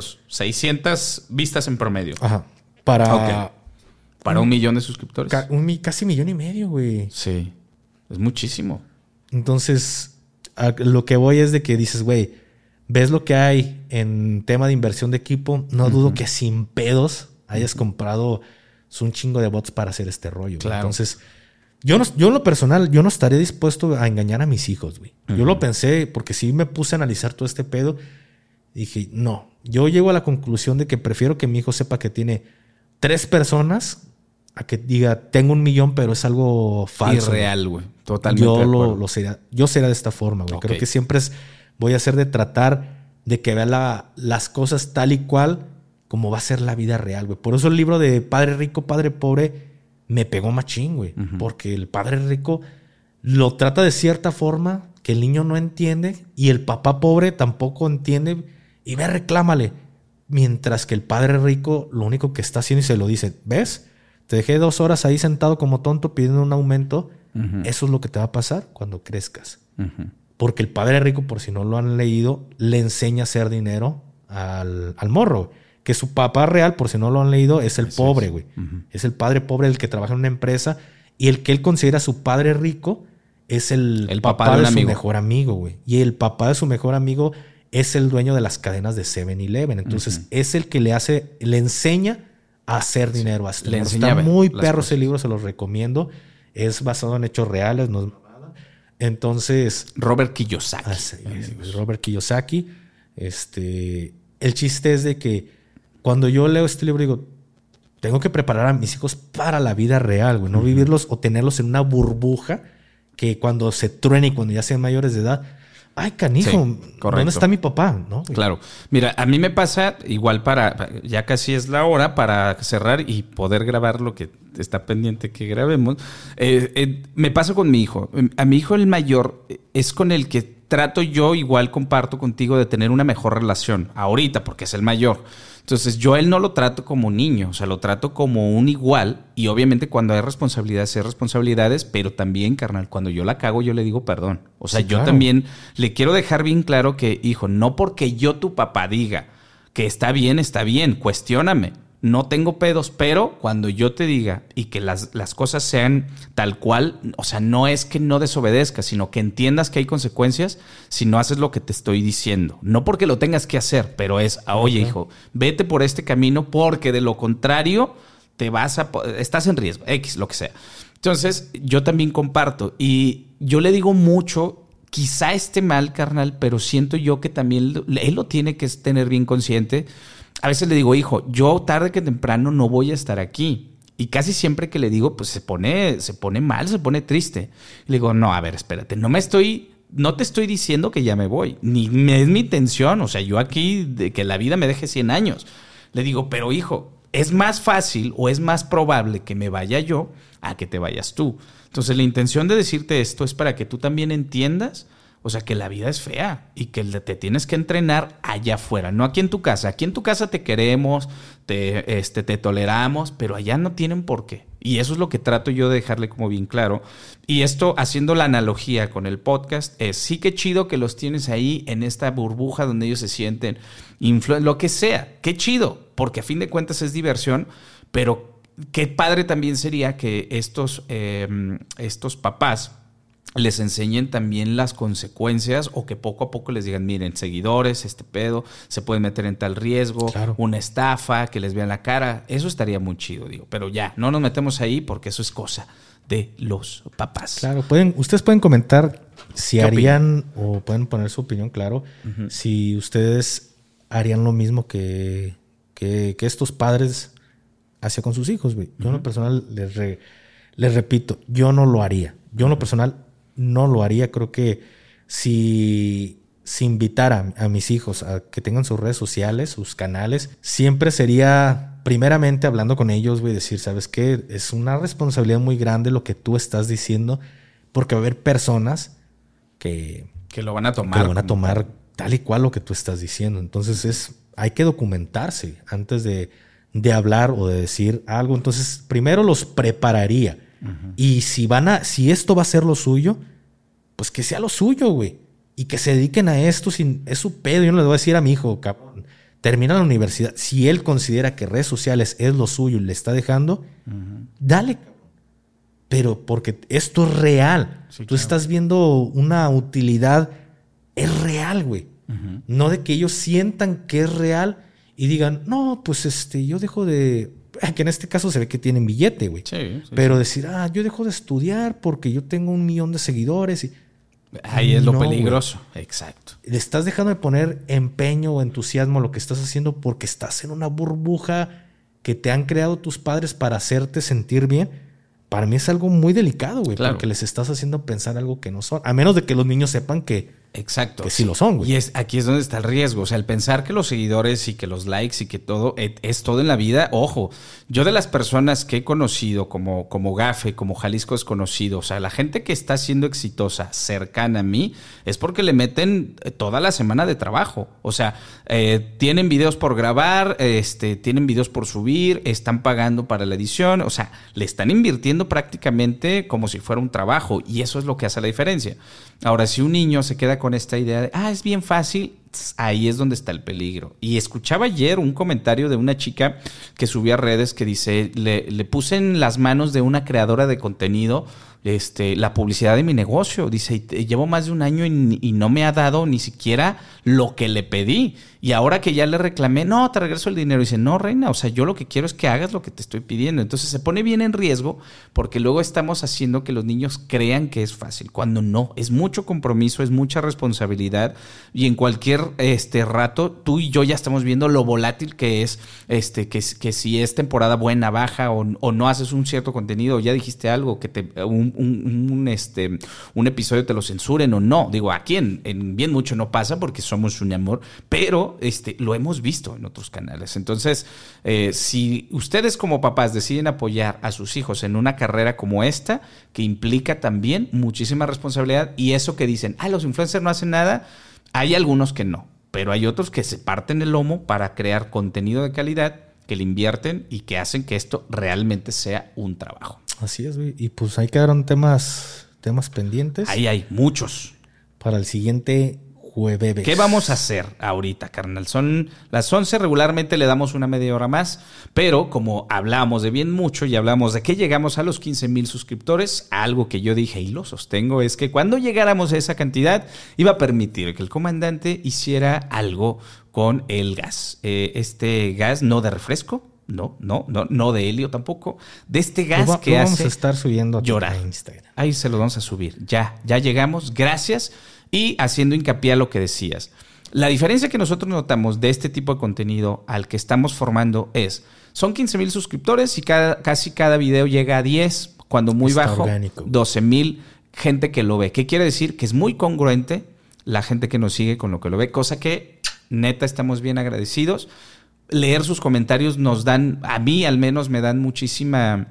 600 vistas en promedio. Ajá. Para Ok. Para 1,000,000 de suscriptores. casi 1,500,000, güey. Sí, es muchísimo. Entonces, a lo que voy es de que dices, güey, ves lo que hay en tema de inversión de equipo. No dudo que sin pedos hayas comprado un chingo de bots para hacer este rollo. Claro. Entonces, yo en lo personal, yo no estaría dispuesto a engañar a mis hijos, güey. Yo lo pensé porque sí me puse a analizar todo este pedo. Dije, no, yo llego a la conclusión de que prefiero que mi hijo sepa que tiene 3 personas a que diga, tengo 1,000,000, pero es algo falso. Irreal, güey. Totalmente. Yo de acuerdo. lo sería. Yo sería de esta forma, güey. Ok. Creo que siempre voy a hacer de tratar de que vea las cosas tal y cual como va a ser la vida real, güey. Por eso el libro de Padre Rico, Padre Pobre me pegó machín, güey. Porque el padre rico lo trata de cierta forma que el niño no entiende y el papá pobre tampoco entiende y ve, reclámale. Mientras que el padre rico lo único que está haciendo y se lo dice, ¿ves? Te dejé 2 horas ahí sentado como tonto pidiendo un aumento. Eso es lo que te va a pasar cuando crezcas. Porque el padre rico, por si no lo han leído, le enseña a hacer dinero al morro. Que su papá real, por si no lo han leído, es el pobre, güey. Es el padre pobre, el que trabaja en una empresa. Y el que él considera su padre rico es el papá de su amigo. mejor amigo, güey. Y el papá de su mejor amigo es el dueño de las cadenas de 7-Eleven. Entonces, es el que le enseña a hacer dinero. Le Está enseña muy las perro cosas. ese libro, se los recomiendo. Es basado en hechos reales, no es mamada. Entonces, Robert Kiyosaki. así es, Robert Kiyosaki. El chiste es de que cuando yo leo este libro digo, tengo que preparar a mis hijos para la vida real, güey. No vivirlos o tenerlos en una burbuja que cuando se truene y cuando ya sean mayores de edad, ay, canijo, Sí, correcto. ¿dónde está mi papá? ¿No? Claro. Mira, a mí me pasa igual ya casi es la hora para cerrar y poder grabar lo que está pendiente que grabemos. Me pasa con mi hijo. A mi hijo el mayor es con el que trato yo, igual comparto contigo, de tener una mejor relación ahorita porque es el mayor. Entonces yo a él no lo trato como niño, o sea, lo trato como un igual. Y obviamente cuando hay responsabilidades, hay responsabilidades, pero también, carnal, cuando yo la cago, yo le digo perdón. O sea, Sí, yo claro. también le quiero dejar bien claro que, hijo, no porque yo, tu papá, diga que está bien, cuestióname. No tengo pedos, pero cuando yo te diga y que las cosas sean tal cual, o sea, no es que no desobedezcas, sino que entiendas que hay consecuencias si no haces lo que te estoy diciendo. No porque lo tengas que hacer, pero es, oye, hijo, vete por este camino porque de lo contrario te estás en riesgo, X, lo que sea. Entonces, yo también comparto y yo le digo mucho. Quizá esté mal, carnal, pero siento yo que también él lo tiene que tener bien consciente. A veces le digo, hijo, yo tarde que temprano no voy a estar aquí. Y casi siempre que le digo, pues se pone mal, se pone triste. Le digo, no, a ver, espérate, no te estoy diciendo que ya me voy. Ni es mi intención. O sea, yo aquí, de que la vida me deje 100 años. Le digo, pero hijo, es más fácil o es más probable que me vaya yo a que te vayas tú. Entonces, la intención de decirte esto es para que tú también entiendas, o sea, que la vida es fea y que te tienes que entrenar allá afuera, no aquí en tu casa. Aquí en tu casa te queremos, te toleramos, pero allá no tienen por qué. Y eso es lo que trato yo de dejarle como bien claro. Y esto, haciendo la analogía con el podcast, es sí que chido que los tienes ahí en esta burbuja donde ellos se sienten lo que sea. Qué chido, porque a fin de cuentas es diversión, pero qué padre también sería que estos papás les enseñen también las consecuencias o que poco a poco les digan, miren, seguidores, este pedo, se pueden meter en tal riesgo, Claro. una estafa, que les vean la cara. Eso estaría muy chido, digo. Pero ya, no nos metemos ahí porque eso es cosa de los papás. Claro, ustedes pueden comentar si ¿Qué harían, o pueden poner su opinión, claro, si ustedes harían lo mismo que estos padres hacían con sus hijos, güey. Yo en lo personal les repito, yo no lo haría. Yo en lo personal no lo haría. Creo que si invitara a mis hijos a que tengan sus redes sociales, sus canales, siempre sería primeramente hablando con ellos, güey, decir, ¿sabes qué? Es una responsabilidad muy grande lo que tú estás diciendo, porque va a haber personas que lo van a tomar. que lo van a tomar tal y cual lo que tú estás diciendo. Entonces hay que documentarse antes de hablar o de decir algo. Entonces primero los prepararía. Y si esto va a ser lo suyo, pues que sea lo suyo, güey. Y que se dediquen a esto es su pedo. Yo no le voy a decir a mi hijo, cabrón, termina la universidad. Si él considera que redes sociales es lo suyo y le está dejando, dale, cabrón. Pero porque esto es real. Sí, Tú claro. estás viendo una utilidad, es real, güey. No de que ellos sientan que es real y digan, no, pues yo dejo de... Que en este caso se ve que tienen billete, güey. Sí, Pero decir, yo dejo de estudiar porque yo tengo 1 millón de seguidores. ahí es lo No, peligroso. Exacto. Le estás dejando de poner empeño o entusiasmo a lo que estás haciendo porque estás en una burbuja que te han creado tus padres para hacerte sentir bien. Para mí es algo muy delicado, güey. Claro. Porque les estás haciendo pensar algo que no son. A menos de que los niños sepan que Exacto. sí lo son, güey. Y aquí es donde está el riesgo. O sea, el pensar que los seguidores y que los likes y que todo es todo en la vida. Ojo, yo de las personas que he conocido como Gafe, como Jalisco Desconocido, o sea, la gente que está siendo exitosa cercana a mí es porque le meten toda la semana de trabajo. O sea, tienen videos por grabar, tienen videos por subir, están pagando para la edición. O sea, le están invirtiendo prácticamente como si fuera un trabajo. Y eso es lo que hace la diferencia. Ahora, si un niño se queda con esta idea de, es bien fácil, ahí es donde está el peligro. Y escuchaba ayer un comentario de una chica que subía a redes que dice, le puse en las manos de una creadora de contenido la publicidad de mi negocio. Dice, llevo más de 1 año y no me ha dado ni siquiera lo que le pedí. Y ahora que ya le reclamé, no, te regreso el dinero. Dice, no, reina, o sea, yo lo que quiero es que hagas lo que te estoy pidiendo. Entonces se pone bien en riesgo porque luego estamos haciendo que los niños crean que es fácil, cuando no. Es mucho compromiso, es mucha responsabilidad y en cualquier rato tú y yo ya estamos viendo lo volátil que es, que si es temporada buena, baja o no haces un cierto contenido o ya dijiste algo, que un episodio te lo censuren o no. Digo, aquí en bien mucho no pasa porque somos un amor, pero lo hemos visto en otros canales. Entonces, si ustedes como papás deciden apoyar a sus hijos en una carrera como esta, que implica también muchísima responsabilidad, y eso que dicen, los influencers no hacen nada, hay algunos que no. pero hay otros que se parten el lomo para crear contenido de calidad, que le invierten y que hacen que esto realmente sea un trabajo. Así es, güey. Y pues ahí quedaron temas pendientes. Ahí hay muchos. Para el siguiente jueves. ¿Qué vamos a hacer ahorita, carnal? Son las 11, regularmente le damos una media hora más, pero como hablamos de bien mucho y hablamos de que llegamos a los 15,000 suscriptores, algo que yo dije y lo sostengo es que cuando llegáramos a esa cantidad iba a permitir que el comandante hiciera algo con el gas. Este gas no de refresco, no de helio tampoco, de este gas que vamos hace a estar subiendo a llorar. Instagram. Ahí se lo vamos a subir. Ya llegamos. Gracias. Y haciendo hincapié a lo que decías. La diferencia que nosotros notamos de este tipo de contenido al que estamos formando son 15,000 suscriptores y casi cada video llega a 10, cuando muy Está bajo, orgánico. 12,000 gente que lo ve. ¿Qué quiere decir? Que es muy congruente la gente que nos sigue con lo que lo ve, cosa que neta estamos bien agradecidos. Leer sus comentarios nos dan, a mí al menos me dan muchísima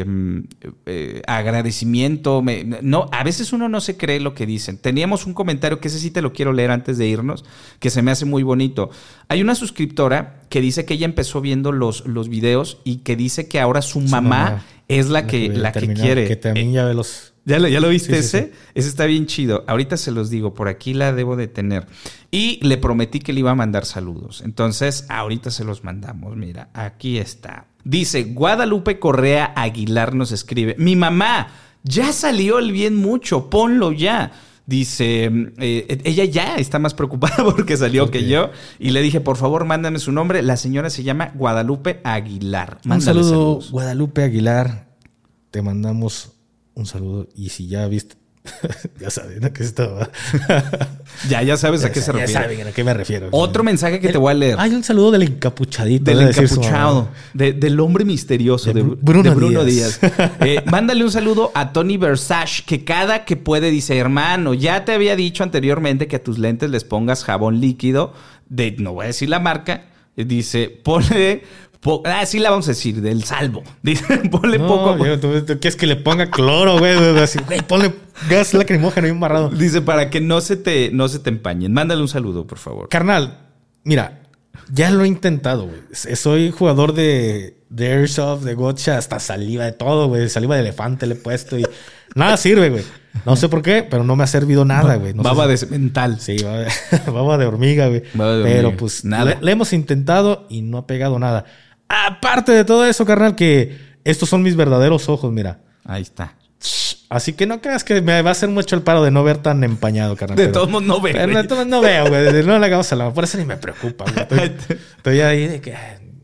agradecimiento. A veces uno no se cree lo que dicen. Teníamos un comentario que ese sí te lo quiero leer antes de irnos, que se me hace muy bonito. Hay una suscriptora que dice que ella empezó viendo los videos y que dice que ahora su mamá es la que quiere. Que también ya ve los... ¿Ya lo viste Sí, ese? sí. Ese está bien chido. Ahorita se los digo, por aquí la debo de tener. Y le prometí que le iba a mandar saludos. Entonces, ahorita se los mandamos. Mira, aquí está. Dice, Guadalupe Correa Aguilar nos escribe, mi mamá, ya salió el bien mucho, ponlo ya. Dice, ella ya está más preocupada porque salió que yo. Y le dije, por favor, mándame su nombre. La señora se llama Guadalupe Aguilar. Un Mándale saludo, saludos. Guadalupe Aguilar. Te mandamos un saludo. Y si ya viste, ya saben a qué estaba. Ya sabes a qué se refiere. Ya saben a qué me refiero. Otro mensaje que te voy a leer. Hay un saludo del encapuchadito. Del debe decir su encapuchado, mamá. del hombre misterioso, De de Bruno Bruno Díaz. Díaz. Mándale un saludo a Tony Versace, que cada que puede dice, hermano, ya te había dicho anteriormente que a tus lentes les pongas jabón líquido, no voy a decir la marca, dice, ponle... sí la vamos a decir, del Salvo. Dice, ponle poco. Tú quieres que le ponga cloro, güey. Así, güey, ponle gas lacrimógeno y embarrado. Dice, para que no se te empañen. Mándale un saludo, por favor. Carnal, mira, ya lo he intentado, güey. Soy jugador de Airsoft, de gotcha, hasta saliva de todo, güey. Saliva de elefante le he puesto y nada sirve, güey. No sé por qué, pero no me ha servido nada, güey. No Baba sé de cemental. Sí, baba de hormiga, güey. Baba de hormiga. Pero pues nada. Le hemos intentado y no ha pegado nada. Aparte de todo eso, carnal, que estos son mis verdaderos ojos, mira. Ahí está. Así que no creas que me va a hacer mucho el paro de no ver tan empañado, carnal. De todos modos no veo. Pero de todos modos no veo, güey. No le hagamos a la... Por eso ni me preocupa, güey. Estoy ahí de que...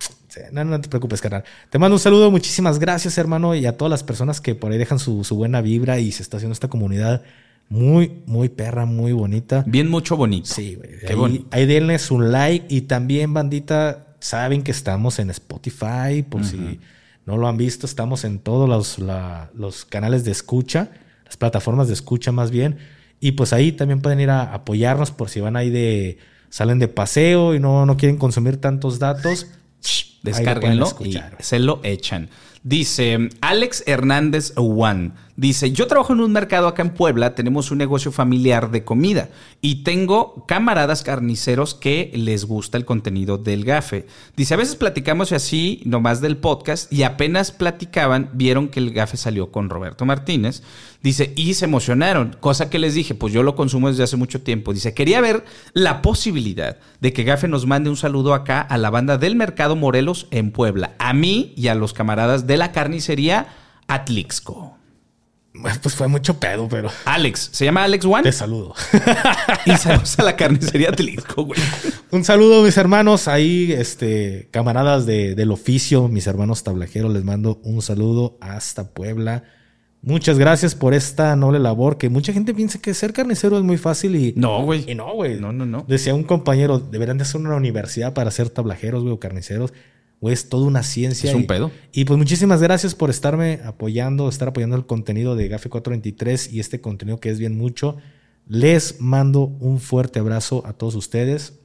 No te preocupes, carnal. Te mando un saludo. Muchísimas gracias, hermano. Y a todas las personas que por ahí dejan su buena vibra y se está haciendo esta comunidad muy, muy perra, muy bonita. Bien mucho bonito. Sí, güey. Qué bonito. Ahí denle su like. Y también, bandita, saben que estamos en Spotify. Por si no lo han visto, estamos en todos los canales de escucha. Las plataformas de escucha, más bien. Y pues ahí también pueden ir a apoyarnos por si van ahí salen de paseo y no quieren consumir tantos datos. Descárguenlo y se lo echan. Dice Alex Hernández One. Dice, yo trabajo en un mercado acá en Puebla, tenemos un negocio familiar de comida y tengo camaradas carniceros que les gusta el contenido del Gafe. Dice, a veces platicamos así nomás del podcast y apenas platicaban, vieron que el Gafe salió con Roberto Martínez. Dice, y se emocionaron, cosa que les dije, pues yo lo consumo desde hace mucho tiempo. Dice, quería ver la posibilidad de que Gafe nos mande un saludo acá a la banda del Mercado Morelos en Puebla, a mí y a los camaradas de la carnicería Atlixco. Pues fue mucho pedo, pero... Alex, ¿se llama Alex One? Te saludo. Y saludos a la carnicería Atlixco, güey. Un saludo, mis hermanos, ahí, camaradas del oficio, mis hermanos tablajeros, les mando un saludo hasta Puebla. Muchas gracias por esta noble labor, que mucha gente piensa que ser carnicero es muy fácil y... No, güey. Y no, güey. No. Decía un compañero, deberían de hacer una universidad para ser tablajeros, güey, o carniceros. Güey, es toda una ciencia. Es un pedo. Y pues muchísimas gracias por estar apoyando el contenido de Gafe 423 y este contenido que es bien mucho. Les mando un fuerte abrazo a todos ustedes.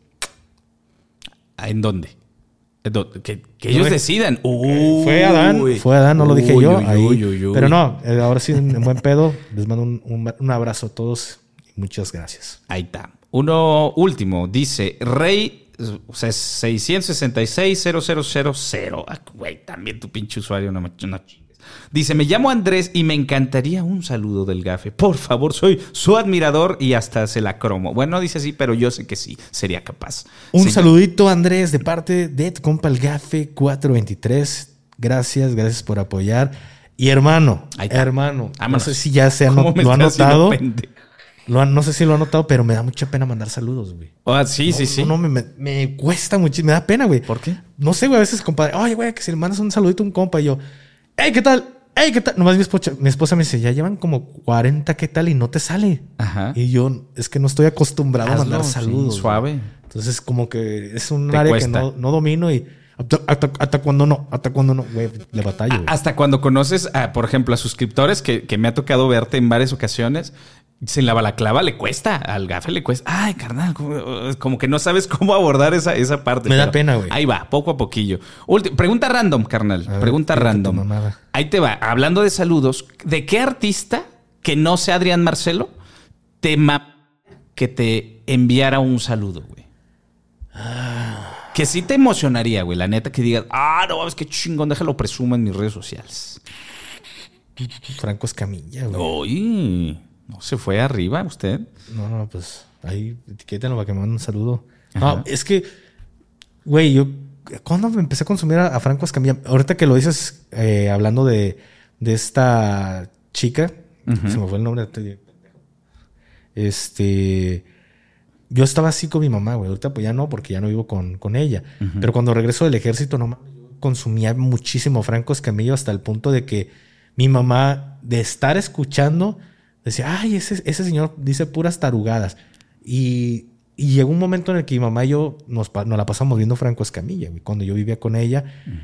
¿En dónde? Que ellos decidan. Fue Adán, no lo dije yo. Pero no, ahora sí, en buen pedo. Les mando un abrazo a todos y muchas gracias. Ahí está. Uno último, dice Rey 666-0000. Ah, güey, también tu pinche usuario, no chingues. Dice, me llamo Andrés y me encantaría un saludo del Gafe. Por favor, soy su admirador y hasta se la cromo. Bueno, no dice así, pero yo sé que sí, sería capaz. Un saludito, Andrés, de parte de tu compa el Gafe 423. Gracias por apoyar. Y hermano, no sé si ya lo ha notado. No sé si lo ha notado, pero me da mucha pena mandar saludos, güey. Sí. No, me cuesta muchísimo, me da pena, güey. ¿Por qué? No sé, güey, a veces, compadre, oye, güey, que si le mandas un saludito a un compa y yo, hey, ¿qué tal? Hey, ¿qué tal? Nomás mi esposa me dice, ya llevan como 40, ¿qué tal? Y no te sale. Ajá. Y yo, es que no estoy acostumbrado a mandar saludos. Sí, suave. Güey. Entonces, como que es un área cuesta. Que no domino y hasta cuando no, güey, le batallo. Güey. Hasta cuando conoces, por ejemplo, a suscriptores que me ha tocado verte en varias ocasiones. Sin la balaclava le cuesta, al Gafe le cuesta. Ay, carnal, como que no sabes cómo abordar esa parte. Me da pena, güey. Ahí va, poco a poquillo. Pregunta random, carnal. Pregunta random. Ahí te va. Hablando de saludos, ¿de qué artista que no sea Adrián Marcelo que te enviara un saludo, güey? Que sí te emocionaría, güey. La neta que digas, no, es que chingón, déjalo presumo en mis redes sociales. Franco Escamilla, güey. Uy, ¿no se fue arriba usted? No, pues ahí etiquétenlo para que me manden un saludo. Ajá. No, es que, güey, yo cuando me empecé a consumir a Franco Escamilla, ahorita que lo dices, hablando de esta chica, se me fue el nombre. Yo estaba así con mi mamá, güey. Ahorita pues ya no, porque ya no vivo con ella. Pero cuando regreso del ejército, no consumía muchísimo Franco Escamilla hasta el punto de que mi mamá, de estar escuchando, decía, ay, ese señor dice puras tarugadas. Y llegó un momento en el que mi mamá y yo nos la pasamos viendo Franco Escamilla, güey, cuando yo vivía con ella.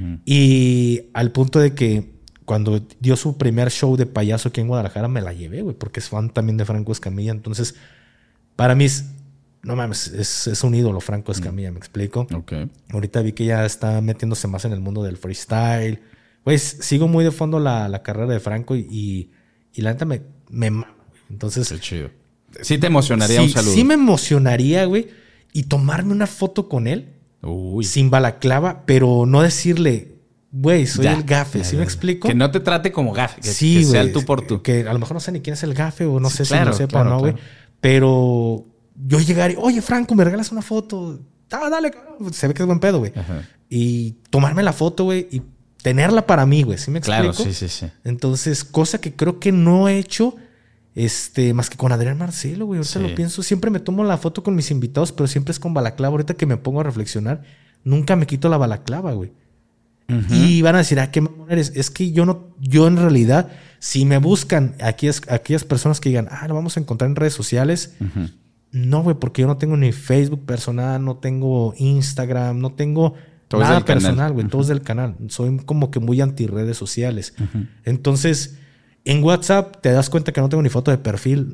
Y al punto de que cuando dio su primer show de payaso aquí en Guadalajara, me la llevé, güey, porque es fan también de Franco Escamilla. Entonces, para mí no mames, es un ídolo Franco Escamilla, ¿me explico? Okay. Ahorita vi que ya está metiéndose más en el mundo del freestyle. Pues sigo muy de fondo la carrera de Franco y la neta me mama. Entonces, qué chido. Sí te emocionaría un saludo. Sí me emocionaría, güey, y tomarme una foto con él. Uy. Sin balaclava, pero no decirle, güey, soy el Gafe. ¿Sí me explico? Que no te trate como Gafe. Que sea el tú por tú. Que a lo mejor no sé ni quién es el Gafe o no sé si lo sepa o no, güey. Pero yo llegaría, oye, Franco, ¿me regalas una foto? Dale, cabrón. Se ve que es buen pedo, güey. Y tomarme la foto, güey, y tenerla para mí, güey. ¿Sí me explico? Claro, sí. Entonces, cosa que creo que no he hecho más que con Adrián Marcelo, güey. Ahorita lo pienso. Siempre me tomo la foto con mis invitados, pero siempre es con balaclava. Ahorita que me pongo a reflexionar, nunca me quito la balaclava, güey. Y van a decir, ¿qué mamón eres? Es que yo en realidad, si me buscan aquellas personas que digan, lo vamos a encontrar en redes sociales, no, güey, porque yo no tengo ni Facebook personal, no tengo Instagram, no tengo nada personal, güey. Todo es del canal. Soy como que muy anti redes sociales. Entonces, en WhatsApp te das cuenta que no tengo ni foto de perfil.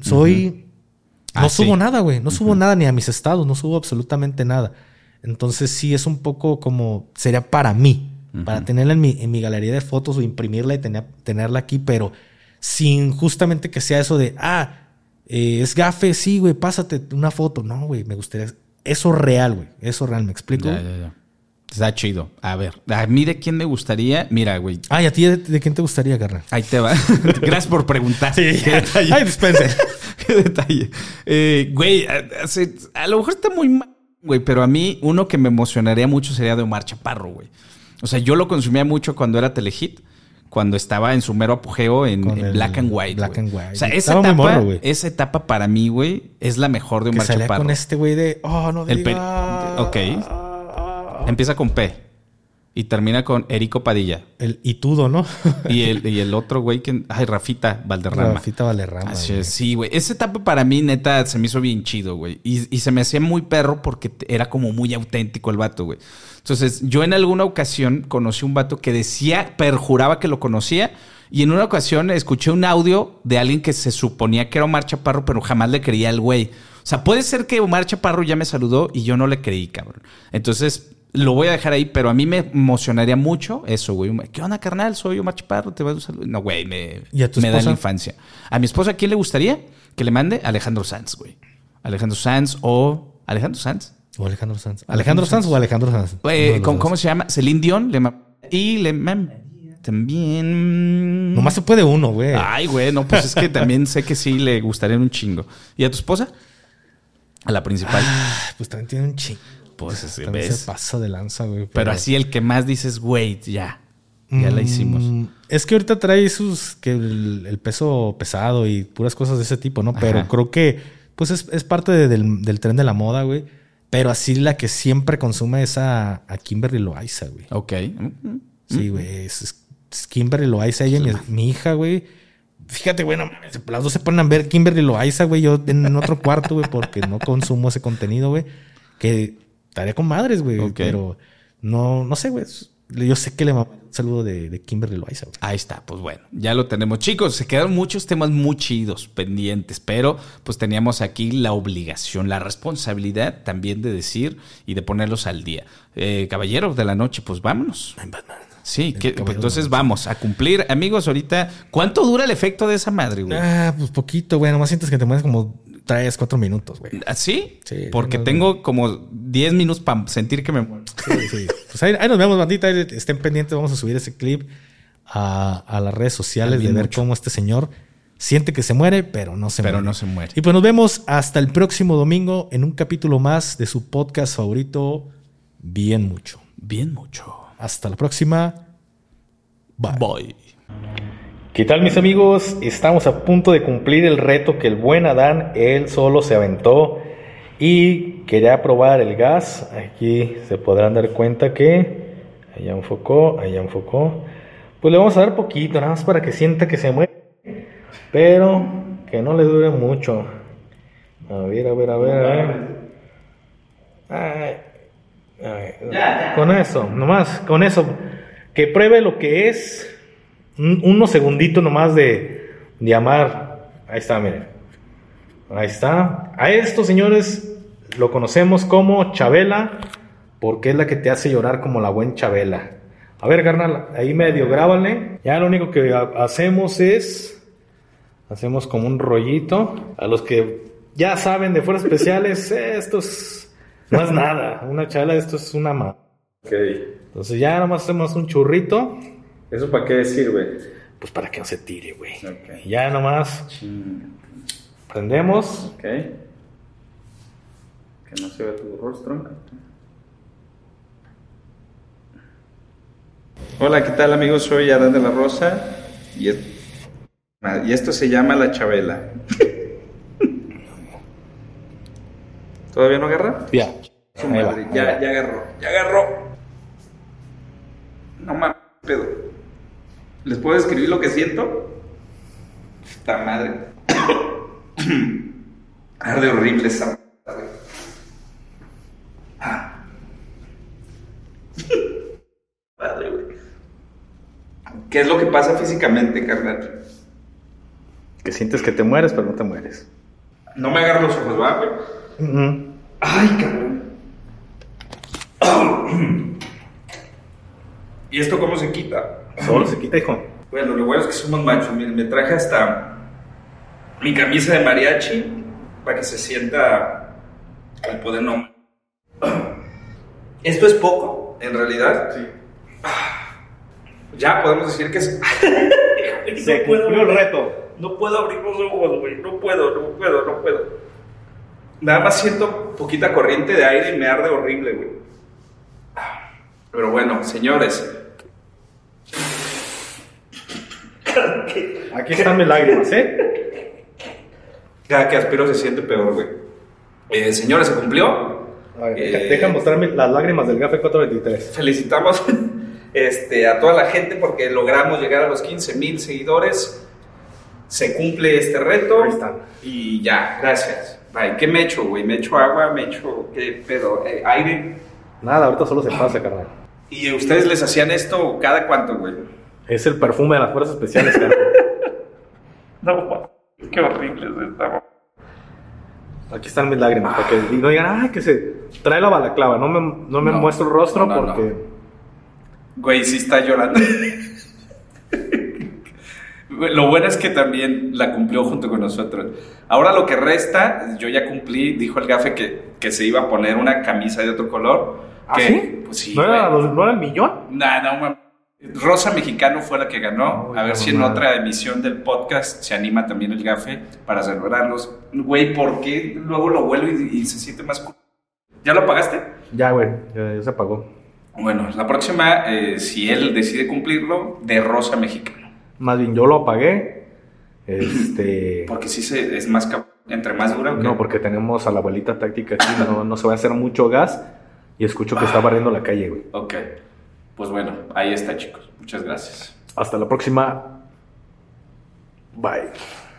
No subo nada, güey. No subo nada ni a mis estados. No subo absolutamente nada. Entonces sí es un poco como... Sería para mí. Para tenerla en mi galería de fotos o imprimirla y tenerla aquí. Pero sin justamente que sea eso de... es Gafe. Sí, güey. Pásate una foto. No, güey. Me gustaría... Eso real, güey. Eso real. ¿Me explico? Ya. Está chido. A ver, a mí de quién me gustaría... Mira, güey. ¿Y a ti de quién te gustaría, carnal? Ahí te va. Gracias por preguntar. Sí. Qué detalle. Ay, dispense. Qué detalle. Güey, a lo mejor está muy mal, güey, pero a mí uno que me emocionaría mucho sería de Omar Chaparro, güey. O sea, yo lo consumía mucho cuando era Telehit, cuando estaba en su mero apogeo en Black and White. Black and White. O sea, esa etapa para mí, güey, es la mejor de Omar Chaparro. Que salía con este güey de... no digas... Ok. Empieza con P y termina con Erico Padilla. El Itudo, ¿no? y el otro güey que... Rafita Valderrama. Rafita Valderrama. Sí, güey. Esa etapa para mí, neta, se me hizo bien chido, güey. Y se me hacía muy perro porque era como muy auténtico el vato, güey. Entonces, yo en alguna ocasión conocí un vato que perjuraba que lo conocía. Y en una ocasión escuché un audio de alguien que se suponía que era Omar Chaparro, pero jamás le creía al güey. O sea, puede ser que Omar Chaparro ya me saludó y yo no le creí, cabrón. Entonces... Lo voy a dejar ahí, pero a mí me emocionaría mucho eso, güey. ¿Qué onda, carnal? Soy Omar Chaparro, te voy a saludar. No, güey, me da la infancia. A mi esposa, ¿a quién le gustaría que le mande? Alejandro Sanz, güey. Alejandro Sanz o... ¿Alejandro Sanz? O Alejandro Sanz. ¿Alejandro Sanz o Alejandro Sanz? ¿Cómo se llama? Celine Dion. También... Nomás se puede uno, güey. Ay, güey, no, pues es que también sé que sí le gustaría un chingo. ¿Y a tu esposa? A la principal. Pues también tiene un chingo. Pues así, También ¿ves? se pasa de lanza, güey. Pero así el que más dices, güey, ya la hicimos. Es que ahorita trae que el peso pesado y puras cosas de ese tipo, ¿no? Pero Ajá. creo que pues es parte del tren de la moda, güey. Pero así la que siempre consume es a Kimberly Loaiza, güey. Ok. Sí, güey. Es Kimberly Loaiza, ella y mi hija, güey. Fíjate, güey, no mames, las dos se ponen a ver Kimberly Loaiza, güey. Yo en otro cuarto, güey, porque no consumo ese contenido, güey. Que estaría con madres, güey. Ok. Pero no sé, güey. Yo sé que le mando un saludo de Kimberly Loaiza, güey. Ahí está, pues bueno, ya lo tenemos. Chicos, se quedaron muchos temas muy chidos pendientes, pero pues teníamos aquí la obligación, la responsabilidad también de decir y de ponerlos al día. Caballero de la noche, pues vámonos. Sí, pues entonces vamos a cumplir. Amigos, ahorita, ¿cuánto dura el efecto de esa madre, güey? Pues poquito, güey. Nomás sientes que te mueves como 3, 4 minutos, güey. ¿Sí? Sí, Porque no, tengo como 10 minutos para sentir que me muero. Sí. Pues ahí nos vemos, bandita. Ahí estén pendientes. Vamos a subir ese clip a las redes sociales de ver cómo este señor siente que se muere, pero no se muere. Y pues nos vemos hasta el próximo domingo en un capítulo más de su podcast favorito, Bien Mucho. Bien mucho. Hasta la próxima. Bye. Bye. ¿Qué tal, mis amigos? Estamos a punto de cumplir el reto que el buen Adán, él solo se aventó y quería probar el gas. Aquí se podrán dar cuenta que allá enfocó. Pues le vamos a dar poquito, nada más para que sienta que se mueve, pero que no le dure mucho. A ver. Ay. Con eso, nomás, con eso. Que pruebe lo que es unos segunditos nomás de amar. Ahí está, miren. Ahí está. A esto, señores, lo conocemos como Chabela, porque es la que te hace llorar como la buen Chabela. A ver, carnal, ahí medio grábale. Ya lo único que hacemos como un rollito. A los que ya saben de fuerzas especiales, no es nada. Una chala, esto es una ma. Ok. Entonces ya nomás hacemos un churrito. ¿Eso para qué sirve? Pues para que no se tire, güey. Ok. Ya nomás prendemos. Ok. Que no se vea tu rostro. Hola, ¿qué tal, amigos? Soy Adán de la Rosa y esto se llama la Chabela. ¿Todavía no agarra? Ya. Su madre, ya agarró. No mames, pedo. ¿Les puedo describir lo que siento? Esta madre. Arde horrible esa madre. Madre, güey. ¿Qué es lo que pasa físicamente, carnal? Que sientes que te mueres, pero no te mueres. No me agarro los ojos, ¿va, güey? Ay, cabrón. ¿Y esto cómo se quita? Solo se quita, hijo. Bueno, lo bueno es que somos machos. Miren, me traje hasta mi camisa de mariachi para que se sienta el poder. No. Esto es poco, en realidad. Sí. Ya podemos decir que es... Se cumplió el reto. No puedo abrir los ojos, güey. No puedo. Nada más siento poquita corriente de aire y me arde horrible, güey. Pero bueno, señores. Aquí están mis lágrimas, ¿eh? Cada que aspiro se siente peor, güey. Señores, ¿se cumplió? A ver, deja mostrarme las lágrimas del GAFE 423. Felicitamos a toda la gente porque logramos llegar a los 15,000 seguidores. Se cumple este reto. Ahí están. Y ya, gracias. Bye. ¿Qué me echo, güey? ¿Me echo agua? ¿Me echo qué pedo? ¿Aire? Nada, ahorita solo se pasa, carnal. ¿Y ustedes les hacían esto cada cuánto, güey? Es el perfume de las fuerzas especiales, carnal. No, qué horrible es esta. Aquí están mis lágrimas, para que no digan, que se trae la balaclava. No me muestro el rostro porque... Güey, sí está llorando. Lo bueno es que también la cumplió junto con nosotros. Ahora lo que resta, yo ya cumplí, dijo el gafe que se iba a poner una camisa de otro color. ¿Ah, que, sí? Pues sí. ¿No era el millón? No, Rosa Mexicano fue la que ganó. No, a ver no, si en no. otra emisión del podcast se anima también el gafe para celebrarlos. Güey, ¿por qué luego lo vuelvo y se siente más cool? ¿Ya lo pagaste? Ya, güey, ya se pagó. Bueno, la próxima, si él decide cumplirlo, de Rosa Mexicano. Más bien, yo lo apagué. Porque sí es más entre más dura. ¿O qué? No, porque tenemos a la abuelita táctica aquí, no se va a hacer mucho gas y escucho que está barriendo la calle, güey. Ok, pues bueno, ahí está, chicos. Muchas gracias. Hasta la próxima. Bye.